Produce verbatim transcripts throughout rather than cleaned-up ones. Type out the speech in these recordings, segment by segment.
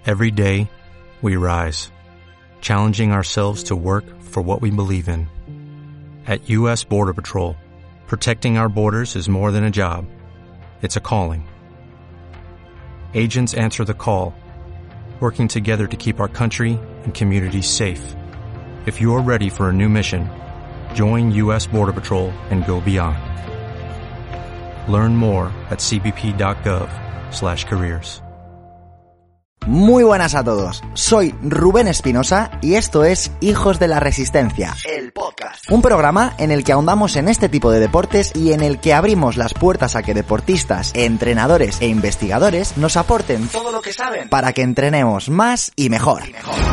Every day, we rise, challenging ourselves to work for what we believe in. At U S Border Patrol, protecting our borders is more than a job. It's a calling. Agents answer the call, working together to keep our country and communities safe. If you are ready for a new mission, join U S Border Patrol and go beyond. Learn more at c b p dot gov slash careers. Muy buenas a todos, soy Rubén Espinosa y esto es Hijos de la Resistencia, el podcast. Un programa en el que ahondamos en este tipo de deportes y en el que abrimos las puertas a que deportistas, entrenadores e investigadores nos aporten todo lo que saben para que entrenemos más y mejor. Y mejor.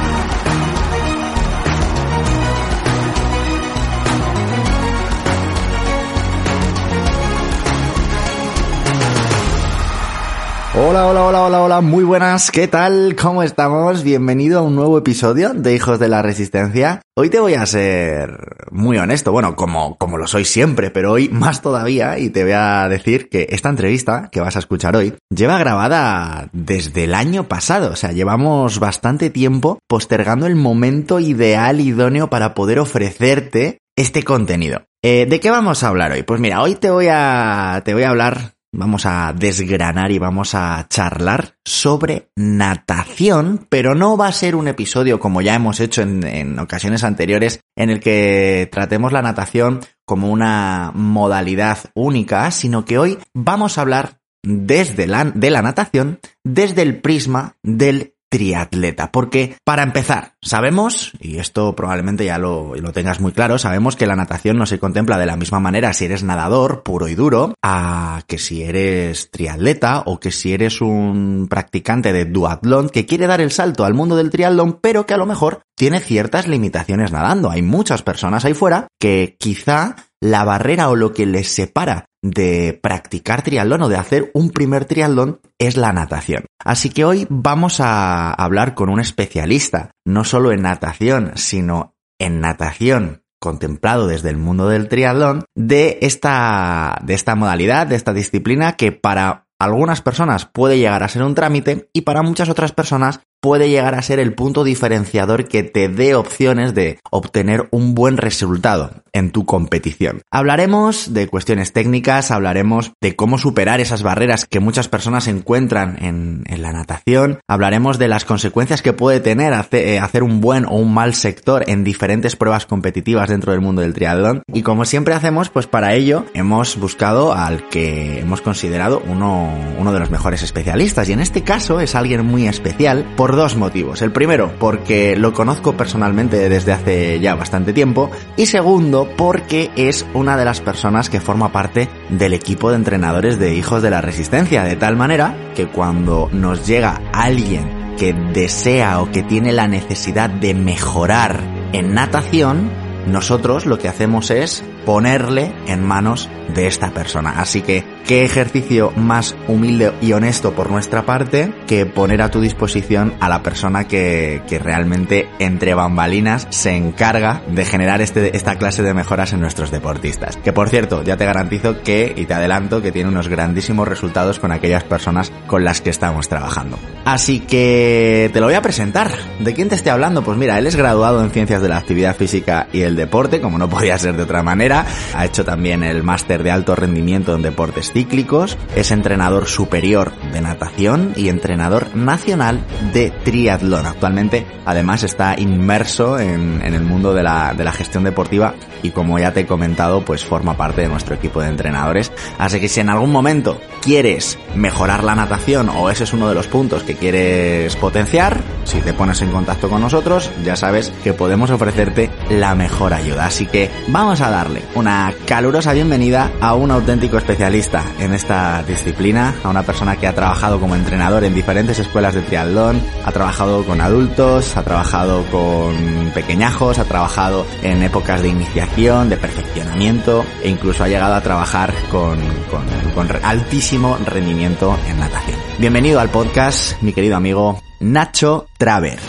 Hola, hola, hola, hola, hola, muy buenas, ¿qué tal? ¿Cómo estamos? Bienvenido a un nuevo episodio de Hijos de la Resistencia. Hoy te voy a ser muy honesto, bueno, como, como lo soy siempre, pero hoy más todavía, y te voy a decir que esta entrevista que vas a escuchar hoy lleva grabada desde el año pasado, o sea, llevamos bastante tiempo postergando el momento ideal, idóneo para poder ofrecerte este contenido. Eh, ¿de qué vamos a hablar hoy? Pues mira, hoy te voy a, te voy a hablar... Vamos a desgranar y vamos a charlar sobre natación, pero no va a ser un episodio como ya hemos hecho en, en ocasiones anteriores en el que tratemos la natación como una modalidad única, sino que hoy vamos a hablar desde la, de la natación desde el prisma del triatleta, porque para empezar, sabemos, y esto probablemente ya lo, lo tengas muy claro, sabemos que la natación no se contempla de la misma manera si eres nadador puro y duro a que si eres triatleta o que si eres un practicante de duatlón que quiere dar el salto al mundo del triatlón pero que a lo mejor tiene ciertas limitaciones nadando. Hay muchas personas ahí fuera que quizá la barrera o lo que les separa de practicar triatlón o de hacer un primer triatlón es la natación. Así que hoy vamos a hablar con un especialista, no solo en natación, sino en natación contemplado desde el mundo del triatlón, de esta, de esta modalidad, de esta disciplina que para algunas personas puede llegar a ser un trámite y para muchas otras personas puede llegar a ser el punto diferenciador que te dé opciones de obtener un buen resultado en tu competición. Hablaremos de cuestiones técnicas, hablaremos de cómo superar esas barreras que muchas personas encuentran en, en la natación, hablaremos de las consecuencias que puede tener hacer, hacer un buen o un mal sector en diferentes pruebas competitivas dentro del mundo del triatlón y como siempre hacemos, pues para ello hemos buscado al que hemos considerado uno, uno de los mejores especialistas y en este caso es alguien muy especial por Por dos motivos. El primero, porque lo conozco personalmente desde hace ya bastante tiempo y segundo, porque es una de las personas que forma parte del equipo de entrenadores de Hijos de la Resistencia, de tal manera que cuando nos llega alguien que desea o que tiene la necesidad de mejorar en natación, nosotros lo que hacemos es ponerle en manos de esta persona. Así que, ¿qué ejercicio más humilde y honesto por nuestra parte que poner a tu disposición a la persona que, que realmente entre bambalinas se encarga de generar este, esta clase de mejoras en nuestros deportistas? Que por cierto, ya te garantizo que, y te adelanto, que tiene unos grandísimos resultados con aquellas personas con las que estamos trabajando. Así que te lo voy a presentar. ¿De quién te estoy hablando? Pues mira, él es graduado en Ciencias de la Actividad Física y el Deporte, como no podía ser de otra manera. Ha hecho también el máster de alto rendimiento en deportes cíclicos, es entrenador superior de natación y entrenador nacional de triatlón. Actualmente, además, está inmerso en, en el mundo de la, de la gestión deportiva y como ya te he comentado, pues forma parte de nuestro equipo de entrenadores. Así que si en algún momento quieres mejorar la natación o ese es uno de los puntos que quieres potenciar, si te pones en contacto con nosotros, ya sabes que podemos ofrecerte la mejor ayuda. Así que vamos a darle una calurosa bienvenida a un auténtico especialista en esta disciplina, a una persona que ha trabajado como entrenador en diferentes escuelas de triatlón, ha trabajado con adultos, ha trabajado con pequeñajos, ha trabajado en épocas de iniciación, de perfeccionamiento e incluso ha llegado a trabajar con, con, con altísimo rendimiento en natación. Bienvenido al podcast, mi querido amigo Nacho Traver.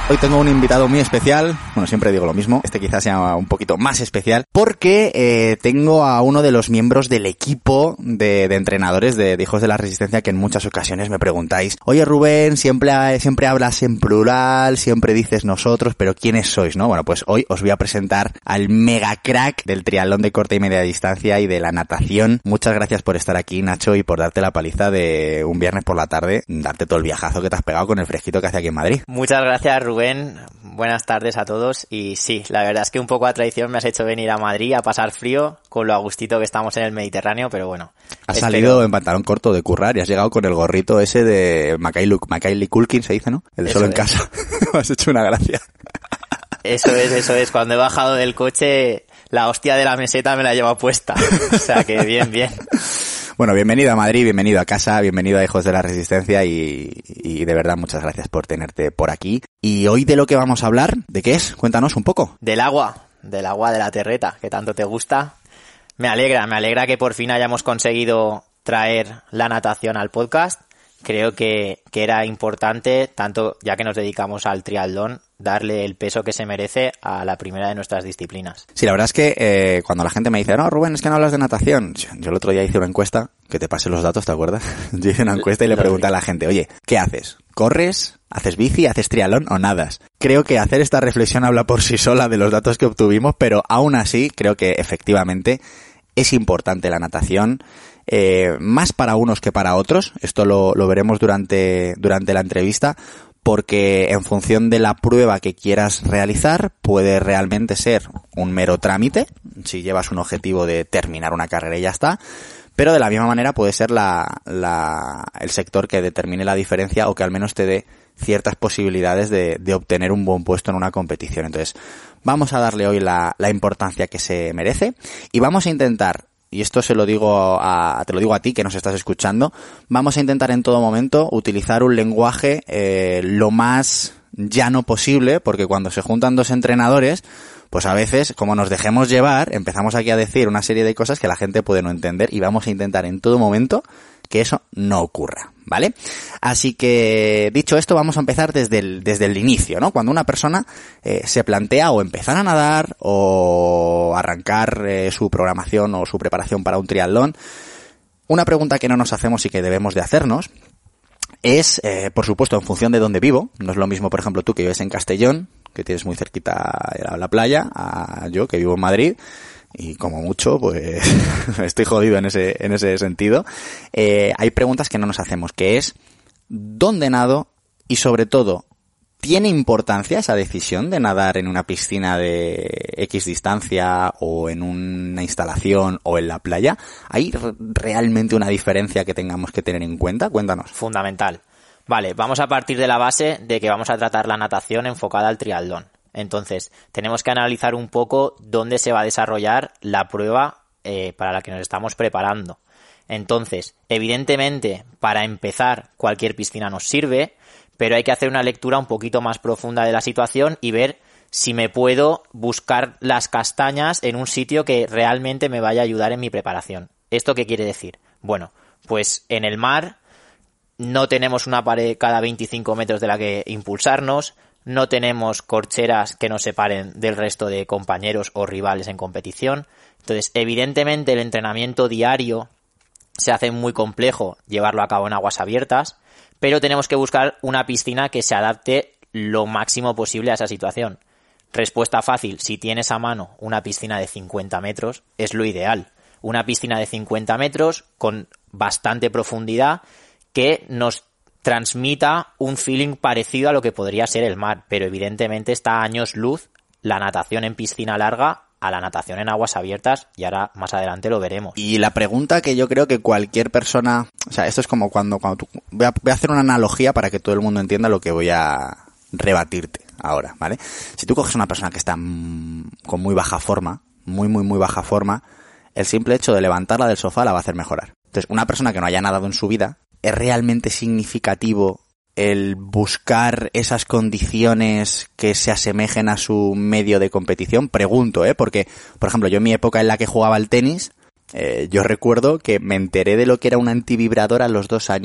Hoy tengo un invitado muy especial, bueno, siempre digo lo mismo, este quizás sea un poquito más especial, porque eh, tengo a uno de los miembros del equipo de, de entrenadores de, de Hijos de la Resistencia que en muchas ocasiones me preguntáis, oye Rubén, siempre, siempre hablas en plural, siempre dices nosotros, pero ¿quiénes sois, no? Bueno, pues hoy os voy a presentar al mega crack del triatlón de corta y media distancia y de la natación. Muchas gracias por estar aquí, Nacho, y por darte la paliza de un viernes por la tarde, darte todo el viajazo que te has pegado con el fresquito que hace aquí en Madrid. Muchas gracias, Rubén. Rubén, buenas tardes a todos y sí, la verdad es que un poco a traición me has hecho venir a Madrid a pasar frío con lo agustito que estamos en el Mediterráneo, pero bueno. Has espero... salido en pantalón corto de currar y has llegado con el gorrito ese de Macaulay, Macaulay Culkin, se dice, ¿no? El Eso solo en es. casa. Me has hecho una gracia. Eso es, eso es. Cuando he bajado del coche, la hostia de la meseta me la llevo puesta. O sea que bien, bien. Bueno, bienvenido a Madrid, bienvenido a casa, bienvenido a Hijos de la Resistencia y, y de verdad muchas gracias por tenerte por aquí. Y hoy de lo que vamos a hablar, ¿de qué es? Cuéntanos un poco. Del agua, del agua de la terreta, que tanto te gusta. Me alegra, me alegra que por fin hayamos conseguido traer la natación al podcast. Creo que, que era importante, tanto ya que nos dedicamos al triatlón, darle el peso que se merece a la primera de nuestras disciplinas. Sí, la verdad es que eh, cuando la gente me dice, no, Rubén, es que no hablas de natación. Yo el otro día hice una encuesta, que te pasé los datos, ¿te acuerdas? Yo hice una encuesta y le pregunté a la gente, oye, ¿qué haces? ¿Corres? ¿Haces bici? ¿Haces triatlón o nadas? Creo que hacer esta reflexión habla por sí sola de los datos que obtuvimos, pero aún así creo que efectivamente es importante la natación. Eh, más para unos que para otros, esto lo, lo veremos durante, durante la entrevista, porque en función de la prueba que quieras realizar puede realmente ser un mero trámite, si llevas un objetivo de terminar una carrera y ya está, pero de la misma manera puede ser la, la, el sector que determine la diferencia o que al menos te dé ciertas posibilidades de, de obtener un buen puesto en una competición. Entonces, vamos a darle hoy la, la importancia que se merece y vamos a intentar, y esto se lo digo a, te lo digo a ti que nos estás escuchando, vamos a intentar en todo momento utilizar un lenguaje eh, lo más llano posible, porque cuando se juntan dos entrenadores, pues a veces, como nos dejemos llevar, empezamos aquí a decir una serie de cosas que la gente puede no entender y vamos a intentar en todo momento que eso no ocurra, ¿vale? Así que, dicho esto, vamos a empezar desde el, desde el inicio, ¿no? Cuando una persona eh, se plantea o empezar a nadar o arrancar eh, su programación o su preparación para un triatlón, una pregunta que no nos hacemos y que debemos de hacernos es, eh, por supuesto, en función de dónde vivo. No es lo mismo, por ejemplo, tú que vives en Castellón, que tienes muy cerquita a la playa, a yo que vivo en Madrid, y como mucho, pues estoy jodido en ese, en ese sentido. Eh, hay preguntas que no nos hacemos, que es, ¿dónde nado? Y sobre todo, ¿tiene importancia esa decisión de nadar en una piscina de X distancia o en una instalación o en la playa? ¿Hay realmente una diferencia que tengamos que tener en cuenta? Cuéntanos. Fundamental. Vale, vamos a partir de la base de que vamos a tratar la natación enfocada al triatlón. Entonces, tenemos que analizar un poco dónde se va a desarrollar la prueba eh, para la que nos estamos preparando. Entonces, evidentemente, para empezar, cualquier piscina nos sirve, pero hay que hacer una lectura un poquito más profunda de la situación y ver si me puedo buscar las castañas en un sitio que realmente me vaya a ayudar en mi preparación. ¿Esto qué quiere decir? Bueno, pues en el mar no tenemos una pared cada veinticinco metros de la que impulsarnos, no tenemos corcheras que nos separen del resto de compañeros o rivales en competición. Entonces, evidentemente, el entrenamiento diario se hace muy complejo llevarlo a cabo en aguas abiertas, pero tenemos que buscar una piscina que se adapte lo máximo posible a esa situación. Respuesta fácil, si tienes a mano una piscina de cincuenta metros, es lo ideal. Una piscina de cincuenta metros con bastante profundidad que nos transmita un feeling parecido a lo que podría ser el mar, pero evidentemente está a años luz la natación en piscina larga a la natación en aguas abiertas, y ahora más adelante lo veremos. Y la pregunta que yo creo que cualquier persona, o sea, esto es como cuando, cuando tú, voy a, voy a hacer una analogía para que todo el mundo entienda lo que voy a rebatirte ahora, ¿vale? Si tú coges una persona que está mmm, con muy baja forma, muy, muy, muy baja forma, el simple hecho de levantarla del sofá la va a hacer mejorar. Entonces, una persona que no haya nadado en su vida, ¿es realmente significativo el buscar esas condiciones que se asemejen a su medio de competición? Pregunto, ¿eh? Porque, por ejemplo, yo en mi época en la que jugaba al tenis, eh, yo recuerdo que me enteré de lo que era un antivibrador a los dos años.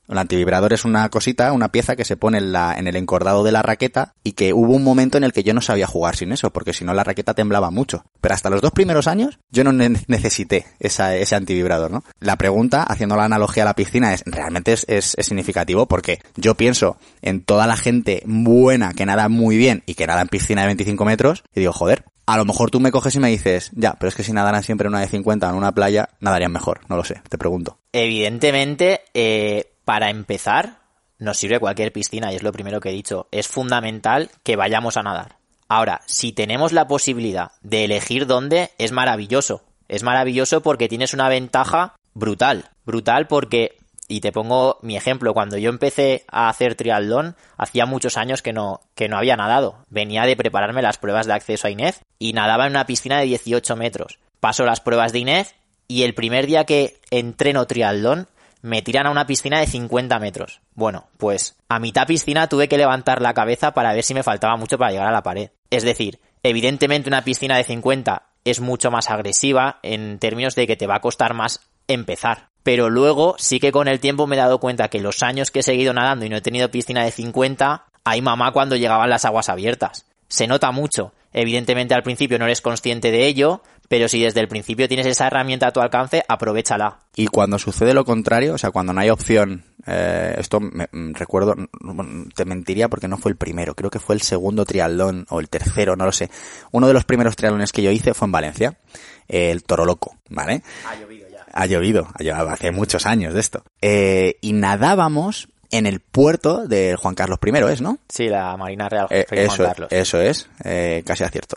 El antivibrador es una cosita, una pieza que se pone en, la, en el encordado de la raqueta y que hubo un momento en el que yo no sabía jugar sin eso, porque si no la raqueta temblaba mucho. Pero hasta los dos primeros años yo no ne- necesité esa, ese antivibrador, ¿no? La pregunta, haciendo la analogía a la piscina, es realmente es, es, es significativo porque yo pienso en toda la gente buena que nada muy bien y que nada en piscina de veinticinco metros y digo, joder, a lo mejor tú me coges y me dices, ya, pero es que si nadaran siempre en una de cincuenta o en una playa, nadarían mejor, no lo sé, te pregunto. Evidentemente, eh, para empezar, nos sirve cualquier piscina y es lo primero que he dicho. Es fundamental que vayamos a nadar. Ahora, si tenemos la posibilidad de elegir dónde, es maravilloso. Es maravilloso porque tienes una ventaja brutal. Brutal porque, y te pongo mi ejemplo, cuando yo empecé a hacer triatlón, hacía muchos años que no, que no había nadado. Venía de prepararme las pruebas de acceso a INEF y nadaba en una piscina de dieciocho metros. Paso las pruebas de INEF y el primer día que entreno triatlón, me tiran a una piscina de cincuenta metros. Bueno, pues a mitad piscina tuve que levantar la cabeza para ver si me faltaba mucho para llegar a la pared. Es decir, evidentemente una piscina de cincuenta es mucho más agresiva en términos de que te va a costar más empezar. Pero luego sí que con el tiempo me he dado cuenta que los años que he seguido nadando y no he tenido piscina de cincuenta, hay mamá cuando llegaban las aguas abiertas. Se nota mucho. Evidentemente al principio no eres consciente de ello, pero si desde el principio tienes esa herramienta a tu alcance, aprovéchala. Y cuando sucede lo contrario, o sea, cuando no hay opción, eh, esto me, recuerdo, te mentiría porque no fue el primero, creo que fue el segundo triatlón o el tercero, no lo sé. Uno de los primeros triatlones que yo hice fue en Valencia, eh, el Toro Loco, ¿vale? Ha llovido ya. Ha llovido, ha llovido hace muchos años de esto. Eh, y nadábamos en el puerto de Juan Carlos I, ¿es, no? Sí, la Marina Real eh, Juan eso, Carlos. Eso es, eh, casi acierto.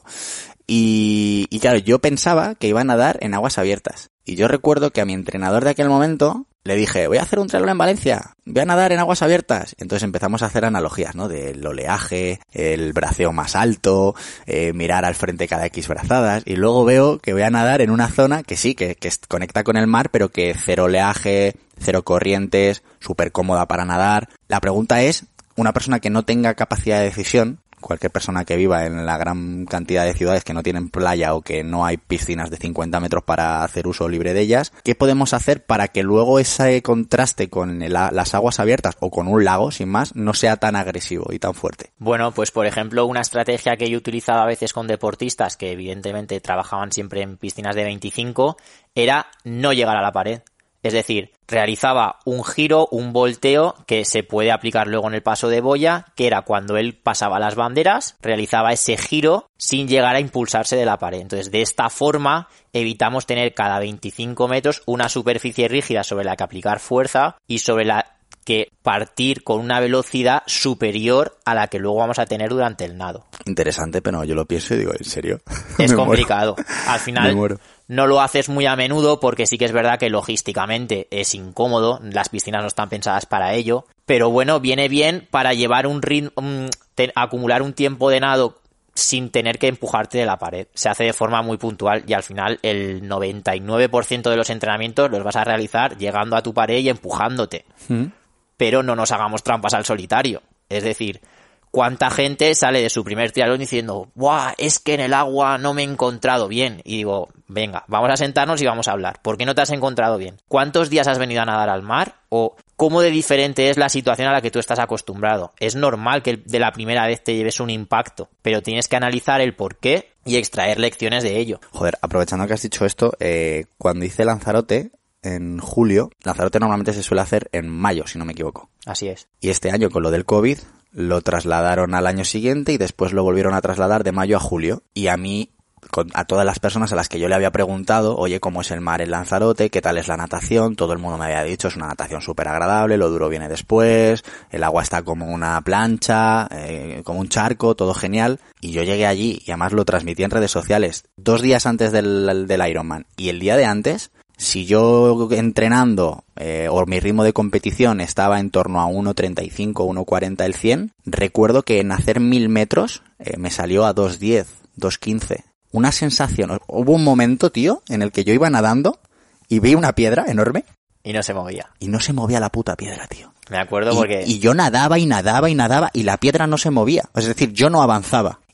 Y, y claro, yo pensaba que iba a nadar en aguas abiertas. Y yo recuerdo que a mi entrenador de aquel momento le dije, voy a hacer un triatlón en Valencia, voy a nadar en aguas abiertas. Entonces empezamos a hacer analogías, ¿no? Del oleaje, el braceo más alto, eh, mirar al frente cada X brazadas. Y luego veo que voy a nadar en una zona que sí, que, que conecta con el mar, pero que cero oleaje, cero corrientes, súper cómoda para nadar. La pregunta es, una persona que no tenga capacidad de decisión, cualquier persona que viva en la gran cantidad de ciudades que no tienen playa o que no hay piscinas de cincuenta metros para hacer uso libre de ellas, ¿qué podemos hacer para que luego ese contraste con el, las aguas abiertas o con un lago, sin más, no sea tan agresivo y tan fuerte? Bueno, pues por ejemplo, una estrategia que yo utilizaba a veces con deportistas que evidentemente trabajaban siempre en piscinas de veinticinco era no llegar a la pared. Es decir, realizaba un giro, un volteo que se puede aplicar luego en el paso de boya, que era cuando él pasaba las banderas, realizaba ese giro sin llegar a impulsarse de la pared. Entonces, de esta forma, evitamos tener cada veinticinco metros una superficie rígida sobre la que aplicar fuerza y sobre la que partir con una velocidad superior a la que luego vamos a tener durante el nado. Interesante, pero yo lo pienso y digo, ¿en serio? Es complicado. Al final no lo haces muy a menudo porque sí que es verdad que logísticamente es incómodo, las piscinas no están pensadas para ello, pero bueno, viene bien para llevar un ritmo, um, te, acumular un tiempo de nado sin tener que empujarte de la pared. Se hace de forma muy puntual y al final el noventa y nueve por ciento de los entrenamientos los vas a realizar llegando a tu pared y empujándote. ¿Mm? Pero no nos hagamos trampas al solitario. Es decir, ¿cuánta gente sale de su primer triatlón diciendo, ¡buah! Es que en el agua no me he encontrado bien? Y digo, venga, vamos a sentarnos y vamos a hablar. ¿Por qué no te has encontrado bien? ¿Cuántos días has venido a nadar al mar? ¿O cómo de diferente es la situación a la que tú estás acostumbrado? Es normal que de la primera vez te lleves un impacto, pero tienes que analizar el por qué y extraer lecciones de ello. Joder, aprovechando que has dicho esto, eh, cuando hice Lanzarote en julio, Lanzarote normalmente se suele hacer en mayo, si no me equivoco. Así es. Y este año, con lo del COVID, lo trasladaron al año siguiente y después lo volvieron a trasladar de mayo a julio. Y a mí, con, a todas las personas a las que yo le había preguntado, oye, ¿cómo es el mar en Lanzarote? ¿Qué tal es la natación? Todo el mundo me había dicho, es una natación súper agradable, lo duro viene después, el agua está como una plancha, eh, como un charco, todo genial. Y yo llegué allí y además lo transmití en redes sociales dos días antes del, del Ironman. Y el día de antes, si yo entrenando eh, o mi ritmo de competición estaba en torno a uno treinta y cinco, uno cuarenta el cien, recuerdo que en hacer mil metros eh, me salió a dos diez, dos quince. Una sensación, hubo un momento, tío, en el que yo iba nadando y vi una piedra enorme. Y no se movía. Y no se movía la puta piedra, tío. Me acuerdo y, porque... Y yo nadaba y nadaba y nadaba y la piedra no se movía. Es decir, yo no avanzaba.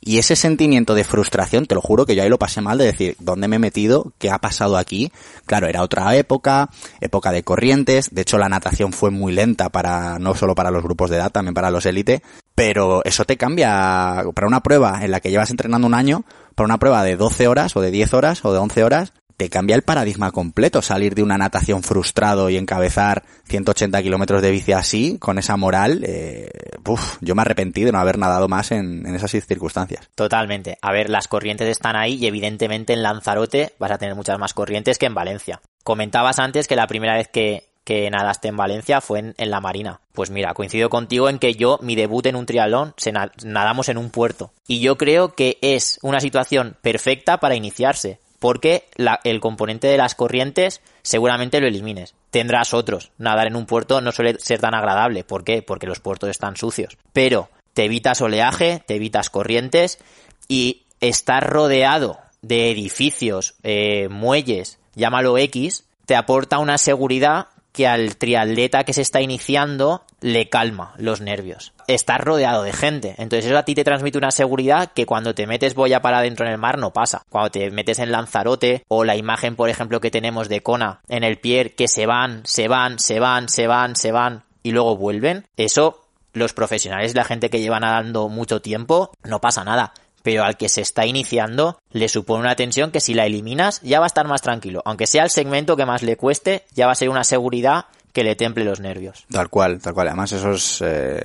Y ese sentimiento de frustración, te lo juro que yo ahí lo pasé mal de decir, ¿dónde me he metido? ¿Qué ha pasado aquí? Claro, era otra época, época de corrientes, de hecho la natación fue muy lenta para, no solo para los grupos de edad, también para los élite, pero eso te cambia, para una prueba en la que llevas entrenando un año, para una prueba de doce horas, o de diez horas, o de once horas, te cambia el paradigma completo, salir de una natación frustrado y encabezar ciento ochenta kilómetros de bici así, con esa moral, eh, uf, yo me arrepentí de no haber nadado más en, en esas circunstancias. Totalmente. A ver, las corrientes están ahí y evidentemente en Lanzarote vas a tener muchas más corrientes que en Valencia. Comentabas antes que la primera vez que, que nadaste en Valencia fue en, en la Marina. Pues mira, coincido contigo en que yo, mi debut en un triatlón, se na- nadamos en un puerto. Y yo creo que es una situación perfecta para iniciarse. Porque la, el componente de las corrientes seguramente lo elimines. Tendrás otros. Nadar en un puerto no suele ser tan agradable. ¿Por qué? Porque los puertos están sucios. Pero te evitas oleaje, te evitas corrientes y estar rodeado de edificios, eh, muelles, llámalo X, te aporta una seguridad que al triatleta que se está iniciando le calma los nervios. Estás rodeado de gente, entonces eso a ti te transmite una seguridad que cuando te metes boya para adentro en el mar no pasa. Cuando te metes en Lanzarote, o la imagen por ejemplo que tenemos de Kona en el Pierre, que se van, se van, se van, se van, se van y luego vuelven, eso los profesionales, la gente que lleva nadando mucho tiempo, no pasa nada. Pero al que se está iniciando le supone una tensión que si la eliminas ya va a estar más tranquilo. Aunque sea el segmento que más le cueste, ya va a ser una seguridad que le temple los nervios. Tal cual, tal cual. Además, eso es... Eh,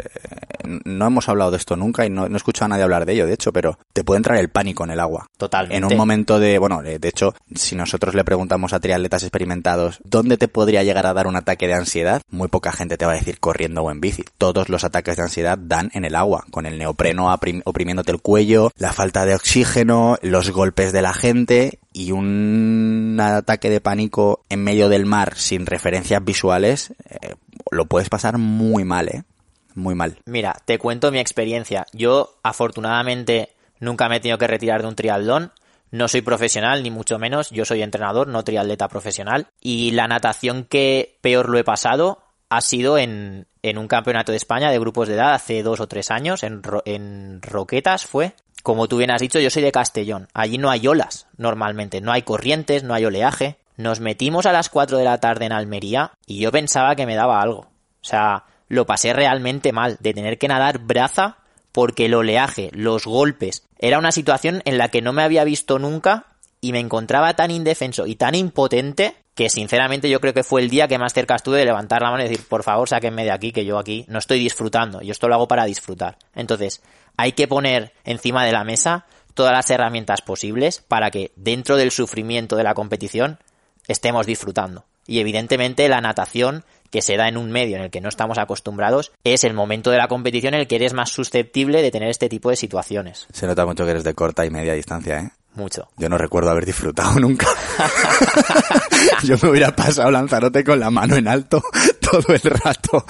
no hemos hablado de esto nunca y no, no he escuchado a nadie hablar de ello, de hecho, pero te puede entrar el pánico en el agua. Totalmente. En un momento de... Bueno, de hecho, si nosotros le preguntamos a triatletas experimentados ¿dónde te podría llegar a dar un ataque de ansiedad? Muy poca gente te va a decir corriendo o en bici. Todos los ataques de ansiedad dan en el agua, con el neopreno oprim- oprimiéndote el cuello, la falta de oxígeno, los golpes de la gente... Y un ataque de pánico en medio del mar sin referencias visuales, eh, lo puedes pasar muy mal, ¿eh? Muy mal. Mira, te cuento mi experiencia. Yo, afortunadamente, nunca me he tenido que retirar de un triatlón. No soy profesional, ni mucho menos. Yo soy entrenador, no triatleta profesional. Y la natación que peor lo he pasado ha sido en, en un campeonato de España de grupos de edad hace dos o tres años, en, en Roquetas fue. Como tú bien has dicho, yo soy de Castellón. Allí no hay olas, normalmente. No hay corrientes, no hay oleaje. Nos metimos a las cuatro de la tarde en Almería y yo pensaba que me daba algo. O sea, lo pasé realmente mal, de tener que nadar braza porque el oleaje, los golpes... Era una situación en la que no me había visto nunca y me encontraba tan indefenso y tan impotente que sinceramente yo creo que fue el día que más cerca estuve de levantar la mano y decir, por favor, sáquenme de aquí, que yo aquí no estoy disfrutando. Yo esto lo hago para disfrutar. Entonces... hay que poner encima de la mesa todas las herramientas posibles para que dentro del sufrimiento de la competición estemos disfrutando. Y evidentemente la natación, que se da en un medio en el que no estamos acostumbrados, es el momento de la competición en el que eres más susceptible de tener este tipo de situaciones. Se nota mucho que eres de corta y media distancia, ¿eh? Mucho. Yo no recuerdo haber disfrutado nunca. Yo me hubiera pasado Lanzarote con la mano en alto todo el rato.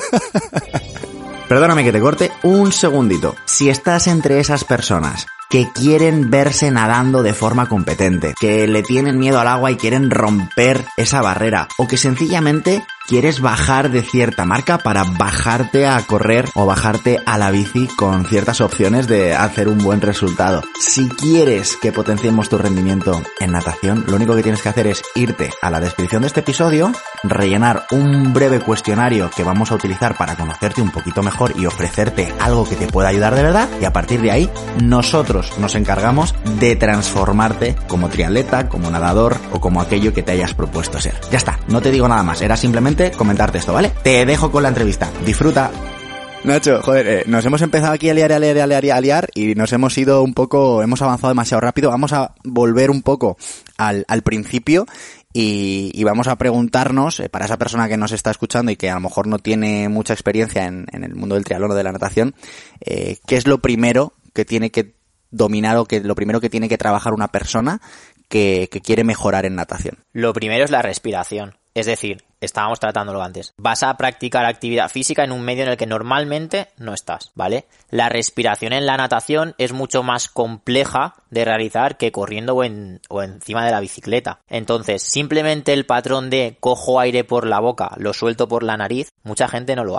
Perdóname que te corte un segundito. Si estás entre esas personas que quieren verse nadando de forma competente, que le tienen miedo al agua y quieren romper esa barrera, o que sencillamente quieres bajar de cierta marca para bajarte a correr o bajarte a la bici con ciertas opciones de hacer un buen resultado. Si quieres que potenciemos tu rendimiento en natación, lo único que tienes que hacer es irte a la descripción de este episodio, rellenar un breve cuestionario que vamos a utilizar para conocerte un poquito mejor y ofrecerte algo que te pueda ayudar de verdad, y a partir de ahí nosotros nos encargamos de transformarte como triatleta, como nadador o como aquello que te hayas propuesto ser. Ya está, no te digo nada más, era simplemente comentarte esto, ¿vale? Te dejo con la entrevista, disfruta. Nacho, joder, eh, nos hemos empezado aquí a liar, a liar, a liar, a liar y nos hemos ido un poco, hemos avanzado demasiado rápido. Vamos a volver un poco al, al principio y, y vamos a preguntarnos, eh, para esa persona que nos está escuchando y que a lo mejor no tiene mucha experiencia en, en el mundo del triatlón o de la natación, eh, ¿qué es lo primero que tiene que dominar o que lo primero que tiene que trabajar una persona que, que quiere mejorar en natación? Lo primero es la respiración. Es decir, estábamos tratándolo antes. Vas a practicar actividad física en un medio en el que normalmente no estás, ¿vale? La respiración en la natación es mucho más compleja de realizar que corriendo o, en, o encima de la bicicleta. Entonces, simplemente el patrón de cojo aire por la boca, lo suelto por la nariz, mucha gente no lo hace. O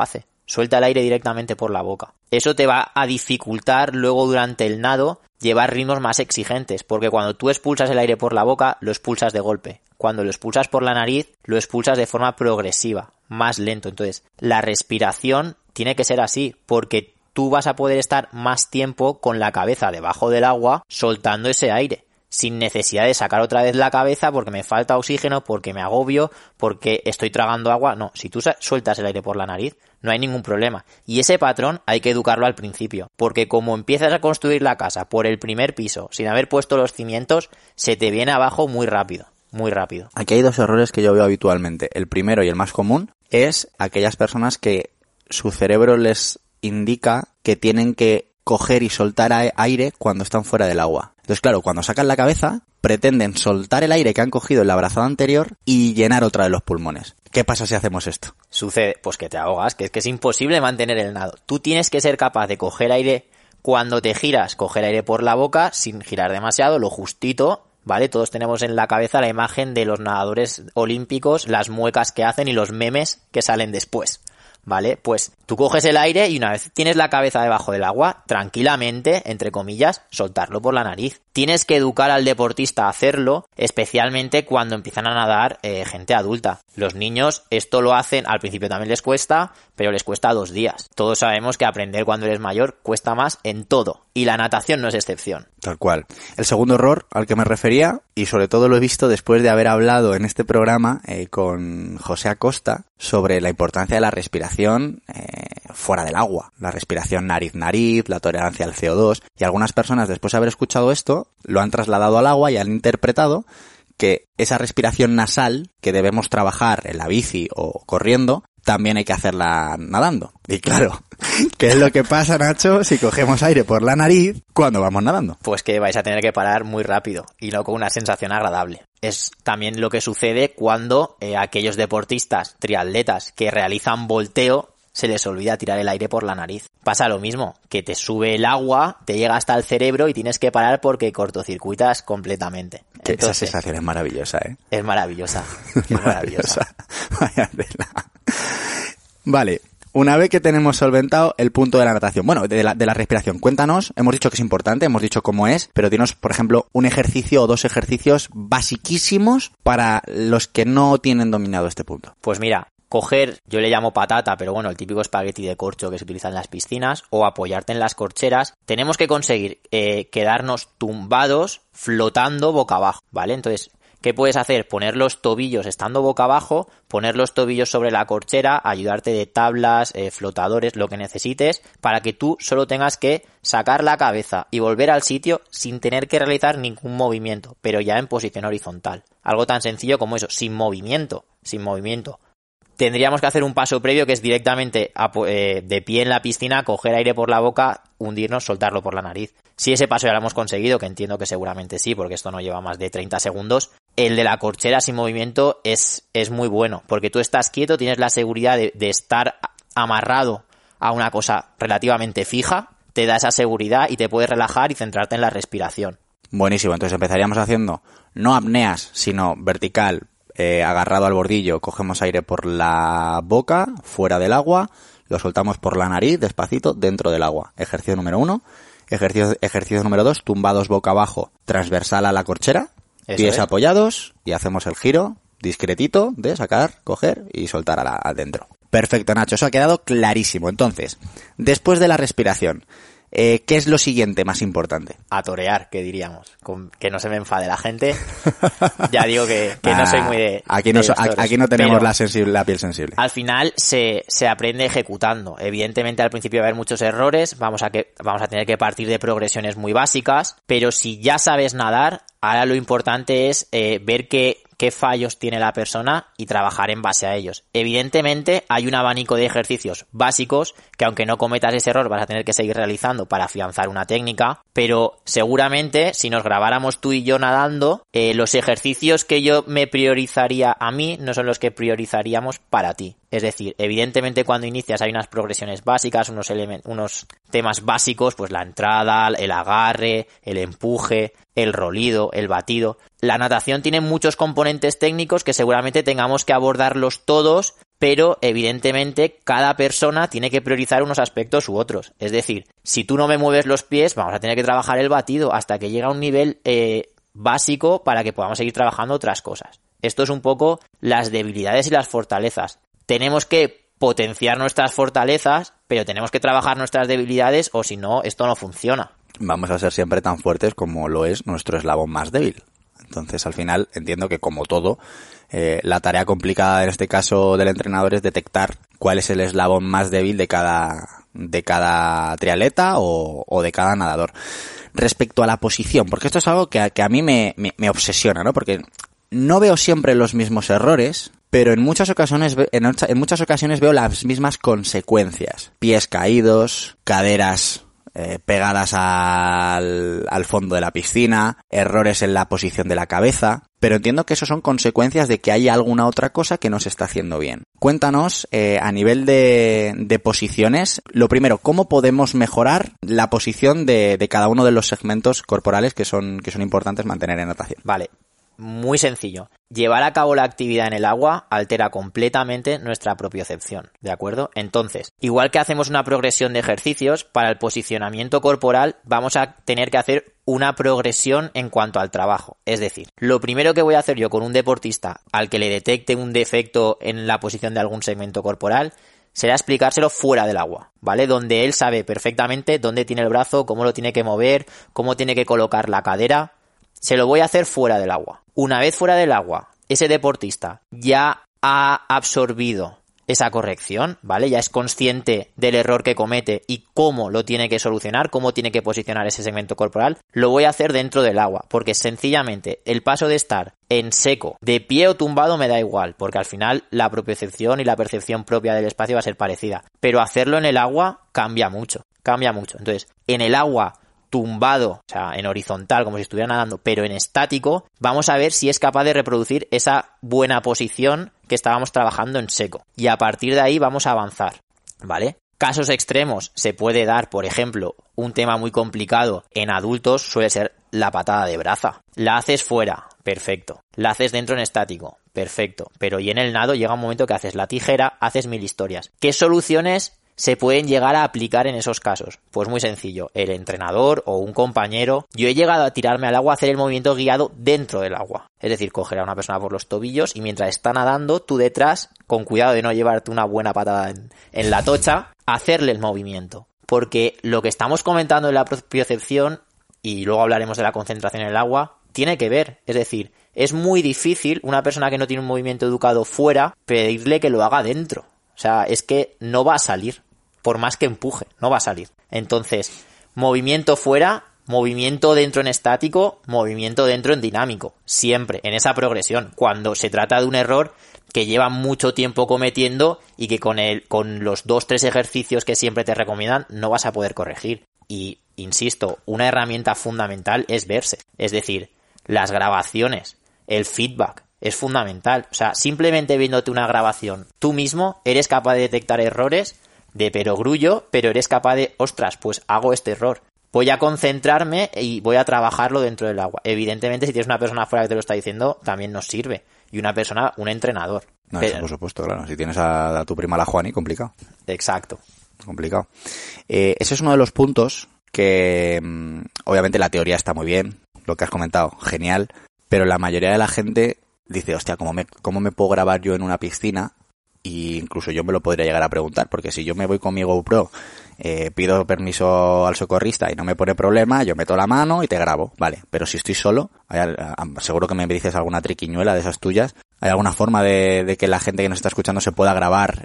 suelta el aire directamente por la boca. Eso te va a dificultar luego durante el nado llevar ritmos más exigentes, porque cuando tú expulsas el aire por la boca, lo expulsas de golpe. Cuando lo expulsas por la nariz, lo expulsas de forma progresiva, más lento. Entonces, la respiración tiene que ser así, porque tú vas a poder estar más tiempo con la cabeza debajo del agua soltando ese aire, sin necesidad de sacar otra vez la cabeza porque me falta oxígeno, porque me agobio, porque estoy tragando agua. No, si tú sueltas el aire por la nariz, no hay ningún problema. Y ese patrón hay que educarlo al principio, porque como empiezas a construir la casa por el primer piso, sin haber puesto los cimientos, se te viene abajo muy rápido, muy rápido. Aquí hay dos errores que yo veo habitualmente. El primero y el más común es aquellas personas que su cerebro les indica que tienen que coger y soltar aire cuando están fuera del agua. Entonces, claro, cuando sacan la cabeza, pretenden soltar el aire que han cogido en la brazada anterior y llenar otra vez los pulmones. ¿Qué pasa si hacemos esto? Sucede, pues que te ahogas, que es que es imposible mantener el nado. Tú tienes que ser capaz de coger aire cuando te giras, coger aire por la boca sin girar demasiado, lo justito, ¿vale? Todos tenemos en la cabeza la imagen de los nadadores olímpicos, las muecas que hacen y los memes que salen después. ¿Vale? Pues tú coges el aire y una vez tienes la cabeza debajo del agua, tranquilamente, entre comillas, soltarlo por la nariz. Tienes que educar al deportista a hacerlo, especialmente cuando empiezan a nadar eh, gente adulta. Los niños esto lo hacen, al principio también les cuesta, pero les cuesta dos días. Todos sabemos que aprender cuando eres mayor cuesta más en todo, y la natación no es excepción. Tal cual. El segundo error al que me refería, y sobre todo lo he visto después de haber hablado en este programa eh, con José Acosta sobre la importancia de la respiración eh, fuera del agua, la respiración nariz-nariz, la tolerancia al C O dos, y algunas personas después de haber escuchado esto lo han trasladado al agua y han interpretado que esa respiración nasal que debemos trabajar en la bici o corriendo también hay que hacerla nadando. Y claro, ¿qué es lo que pasa, Nacho, si cogemos aire por la nariz cuando vamos nadando? Pues que vais a tener que parar muy rápido y no con una sensación agradable. Es también lo que sucede cuando eh, aquellos deportistas, triatletas que realizan volteo, se les olvida tirar el aire por la nariz. Pasa lo mismo, que te sube el agua, te llega hasta el cerebro y tienes que parar porque cortocircuitas completamente. Que Entonces, esa sensación es maravillosa, ¿eh? Es maravillosa. Es maravillosa. Vaya tela. Vale, una vez que tenemos solventado el punto de la natación, bueno, de la, de la respiración, cuéntanos, hemos dicho que es importante, hemos dicho cómo es, pero dinos, por ejemplo, un ejercicio o dos ejercicios basiquísimos para los que no tienen dominado este punto. Pues mira, coger, yo le llamo patata, pero bueno, el típico espagueti de corcho que se utiliza en las piscinas, o apoyarte en las corcheras, tenemos que conseguir eh, quedarnos tumbados, flotando boca abajo, ¿vale? Entonces, ¿qué puedes hacer? Poner los tobillos estando boca abajo, poner los tobillos sobre la corchera, ayudarte de tablas, eh, flotadores, lo que necesites, para que tú solo tengas que sacar la cabeza y volver al sitio sin tener que realizar ningún movimiento, pero ya en posición horizontal. Algo tan sencillo como eso, sin movimiento, sin movimiento. Tendríamos que hacer un paso previo que es directamente eh, de pie en la piscina, coger aire por la boca, hundirnos, soltarlo por la nariz. Si ese paso ya lo hemos conseguido, que entiendo que seguramente sí, porque esto no lleva más de treinta segundos, el de la corchera sin movimiento es, es muy bueno, porque tú estás quieto, tienes la seguridad de, de estar amarrado a una cosa relativamente fija, te da esa seguridad y te puedes relajar y centrarte en la respiración. Buenísimo, entonces empezaríamos haciendo no apneas, sino vertical, Eh, agarrado al bordillo, cogemos aire por la boca, fuera del agua, lo soltamos por la nariz, despacito, dentro del agua. Ejercicio número uno. Ejercicio, ejercicio número dos, tumbados boca abajo, transversal a la corchera, Eso pies es. apoyados, y hacemos el giro discretito de sacar, coger y soltar a la, adentro. Perfecto, Nacho, eso ha quedado clarísimo. Entonces, después de la respiración, Eh, ¿qué es lo siguiente más importante? A torear, que diríamos. Con, que no se me enfade la gente. Ya digo que, que ah, no soy muy de... Aquí no, de aquí no tenemos la, sensible, la piel sensible. Al final se, se aprende ejecutando. Evidentemente al principio va a haber muchos errores. Vamos a, que, vamos a tener que partir de progresiones muy básicas. Pero si ya sabes nadar, ahora lo importante es eh, ver que qué fallos tiene la persona y trabajar en base a ellos. Evidentemente hay un abanico de ejercicios básicos que aunque no cometas ese error vas a tener que seguir realizando para afianzar una técnica, pero seguramente si nos grabáramos tú y yo nadando, eh, los ejercicios que yo me priorizaría a mí no son los que priorizaríamos para ti. Es decir, evidentemente cuando inicias hay unas progresiones básicas, unos, elementos, unos temas básicos, pues la entrada, el agarre, el empuje, el rolido, el batido. La natación tiene muchos componentes técnicos que seguramente tengamos que abordarlos todos pero evidentemente cada persona tiene que priorizar unos aspectos u otros. Es decir, si tú no me mueves los pies, vamos a tener que trabajar el batido hasta que llegue a un nivel eh, básico para que podamos seguir trabajando otras cosas. Esto es un poco las debilidades y las fortalezas. Tenemos que potenciar nuestras fortalezas, pero tenemos que trabajar nuestras debilidades o si no, esto no funciona. Vamos a ser siempre tan fuertes como lo es nuestro eslabón más débil. Entonces, al final, entiendo que como todo, eh, la tarea complicada en este caso del entrenador es detectar cuál es el eslabón más débil de cada, de cada triatleta o, o de cada nadador. Respecto a la posición, porque esto es algo que a, que a mí me, me, me obsesiona, ¿no? Porque no veo siempre los mismos errores, pero en muchas ocasiones, en, en muchas ocasiones veo las mismas consecuencias. Pies caídos, caderas Eh, pegadas al, al fondo de la piscina, errores en la posición de la cabeza, pero entiendo que eso son consecuencias de que hay alguna otra cosa que no se está haciendo bien. Cuéntanos, eh, a nivel de, de posiciones, lo primero, ¿cómo podemos mejorar la posición de, de cada uno de los segmentos corporales que son, que son importantes mantener en natación? Vale. Muy sencillo. Llevar a cabo la actividad en el agua altera completamente nuestra propiocepción, ¿de acuerdo? Entonces, igual que hacemos una progresión de ejercicios, para el posicionamiento corporal vamos a tener que hacer una progresión en cuanto al trabajo. Es decir, lo primero que voy a hacer yo con un deportista al que le detecte un defecto en la posición de algún segmento corporal será explicárselo fuera del agua, ¿vale? Donde él sabe perfectamente dónde tiene el brazo, cómo lo tiene que mover, cómo tiene que colocar la cadera. Se lo voy a hacer fuera del agua. Una vez fuera del agua, ese deportista ya ha absorbido esa corrección, ¿vale? Ya es consciente del error que comete y cómo lo tiene que solucionar, cómo tiene que posicionar ese segmento corporal. Lo voy a hacer dentro del agua, porque sencillamente el paso de estar en seco, de pie o tumbado me da igual, porque al final la propiocepción y la percepción propia del espacio va a ser parecida. Pero hacerlo en el agua cambia mucho, cambia mucho. Entonces, en el agua tumbado, o sea, en horizontal, como si estuviera nadando, pero en estático, vamos a ver si es capaz de reproducir esa buena posición que estábamos trabajando en seco. Y a partir de ahí vamos a avanzar, ¿vale? Casos extremos se puede dar, por ejemplo, un tema muy complicado en adultos suele ser la patada de braza. La haces fuera, perfecto. La haces dentro en estático, perfecto. Pero y en el nado llega un momento que haces la tijera, haces mil historias. ¿Qué soluciones se pueden llegar a aplicar en esos casos? Pues muy sencillo, el entrenador o un compañero. Yo he llegado a tirarme al agua a hacer el movimiento guiado dentro del agua. Es decir, coger a una persona por los tobillos y mientras está nadando, tú detrás, con cuidado de no llevarte una buena patada en, en la tocha, hacerle el movimiento. Porque lo que estamos comentando en la propiocepción, y luego hablaremos de la concentración en el agua, tiene que ver. Es decir, es muy difícil una persona que no tiene un movimiento educado fuera pedirle que lo haga dentro. O sea, es que no va a salir. Por más que empuje, no va a salir. Entonces, movimiento fuera, movimiento dentro en estático, movimiento dentro en dinámico. Siempre, en esa progresión. Cuando se trata de un error que lleva mucho tiempo cometiendo y que con el, con los dos, tres ejercicios que siempre te recomiendan, no vas a poder corregir. Y, insisto, una herramienta fundamental es verse. Es decir, las grabaciones, el feedback, es fundamental. O sea, simplemente viéndote una grabación, tú mismo eres capaz de detectar errores de perogrullo, pero eres capaz de, ostras, pues hago este error. Voy a concentrarme y voy a trabajarlo dentro del agua. Evidentemente, si tienes una persona afuera que te lo está diciendo, también nos sirve. Y una persona, un entrenador. No, pero... eso por supuesto, claro. Si tienes a, a tu prima la Juani, complicado. Exacto. Complicado. Eh, ese es uno de los puntos que, mmm, obviamente, la teoría está muy bien. Lo que has comentado, genial. Pero la mayoría de la gente dice, hostia, ¿cómo me, cómo me puedo grabar yo en una piscina? Y incluso yo me lo podría llegar a preguntar, porque si yo me voy con mi GoPro, eh, pido permiso al socorrista y no me pone problema, yo meto la mano y te grabo, vale. Pero si estoy solo, hay, seguro que me dices alguna triquiñuela de esas tuyas. ¿Hay alguna forma de, de que la gente que nos está escuchando se pueda grabar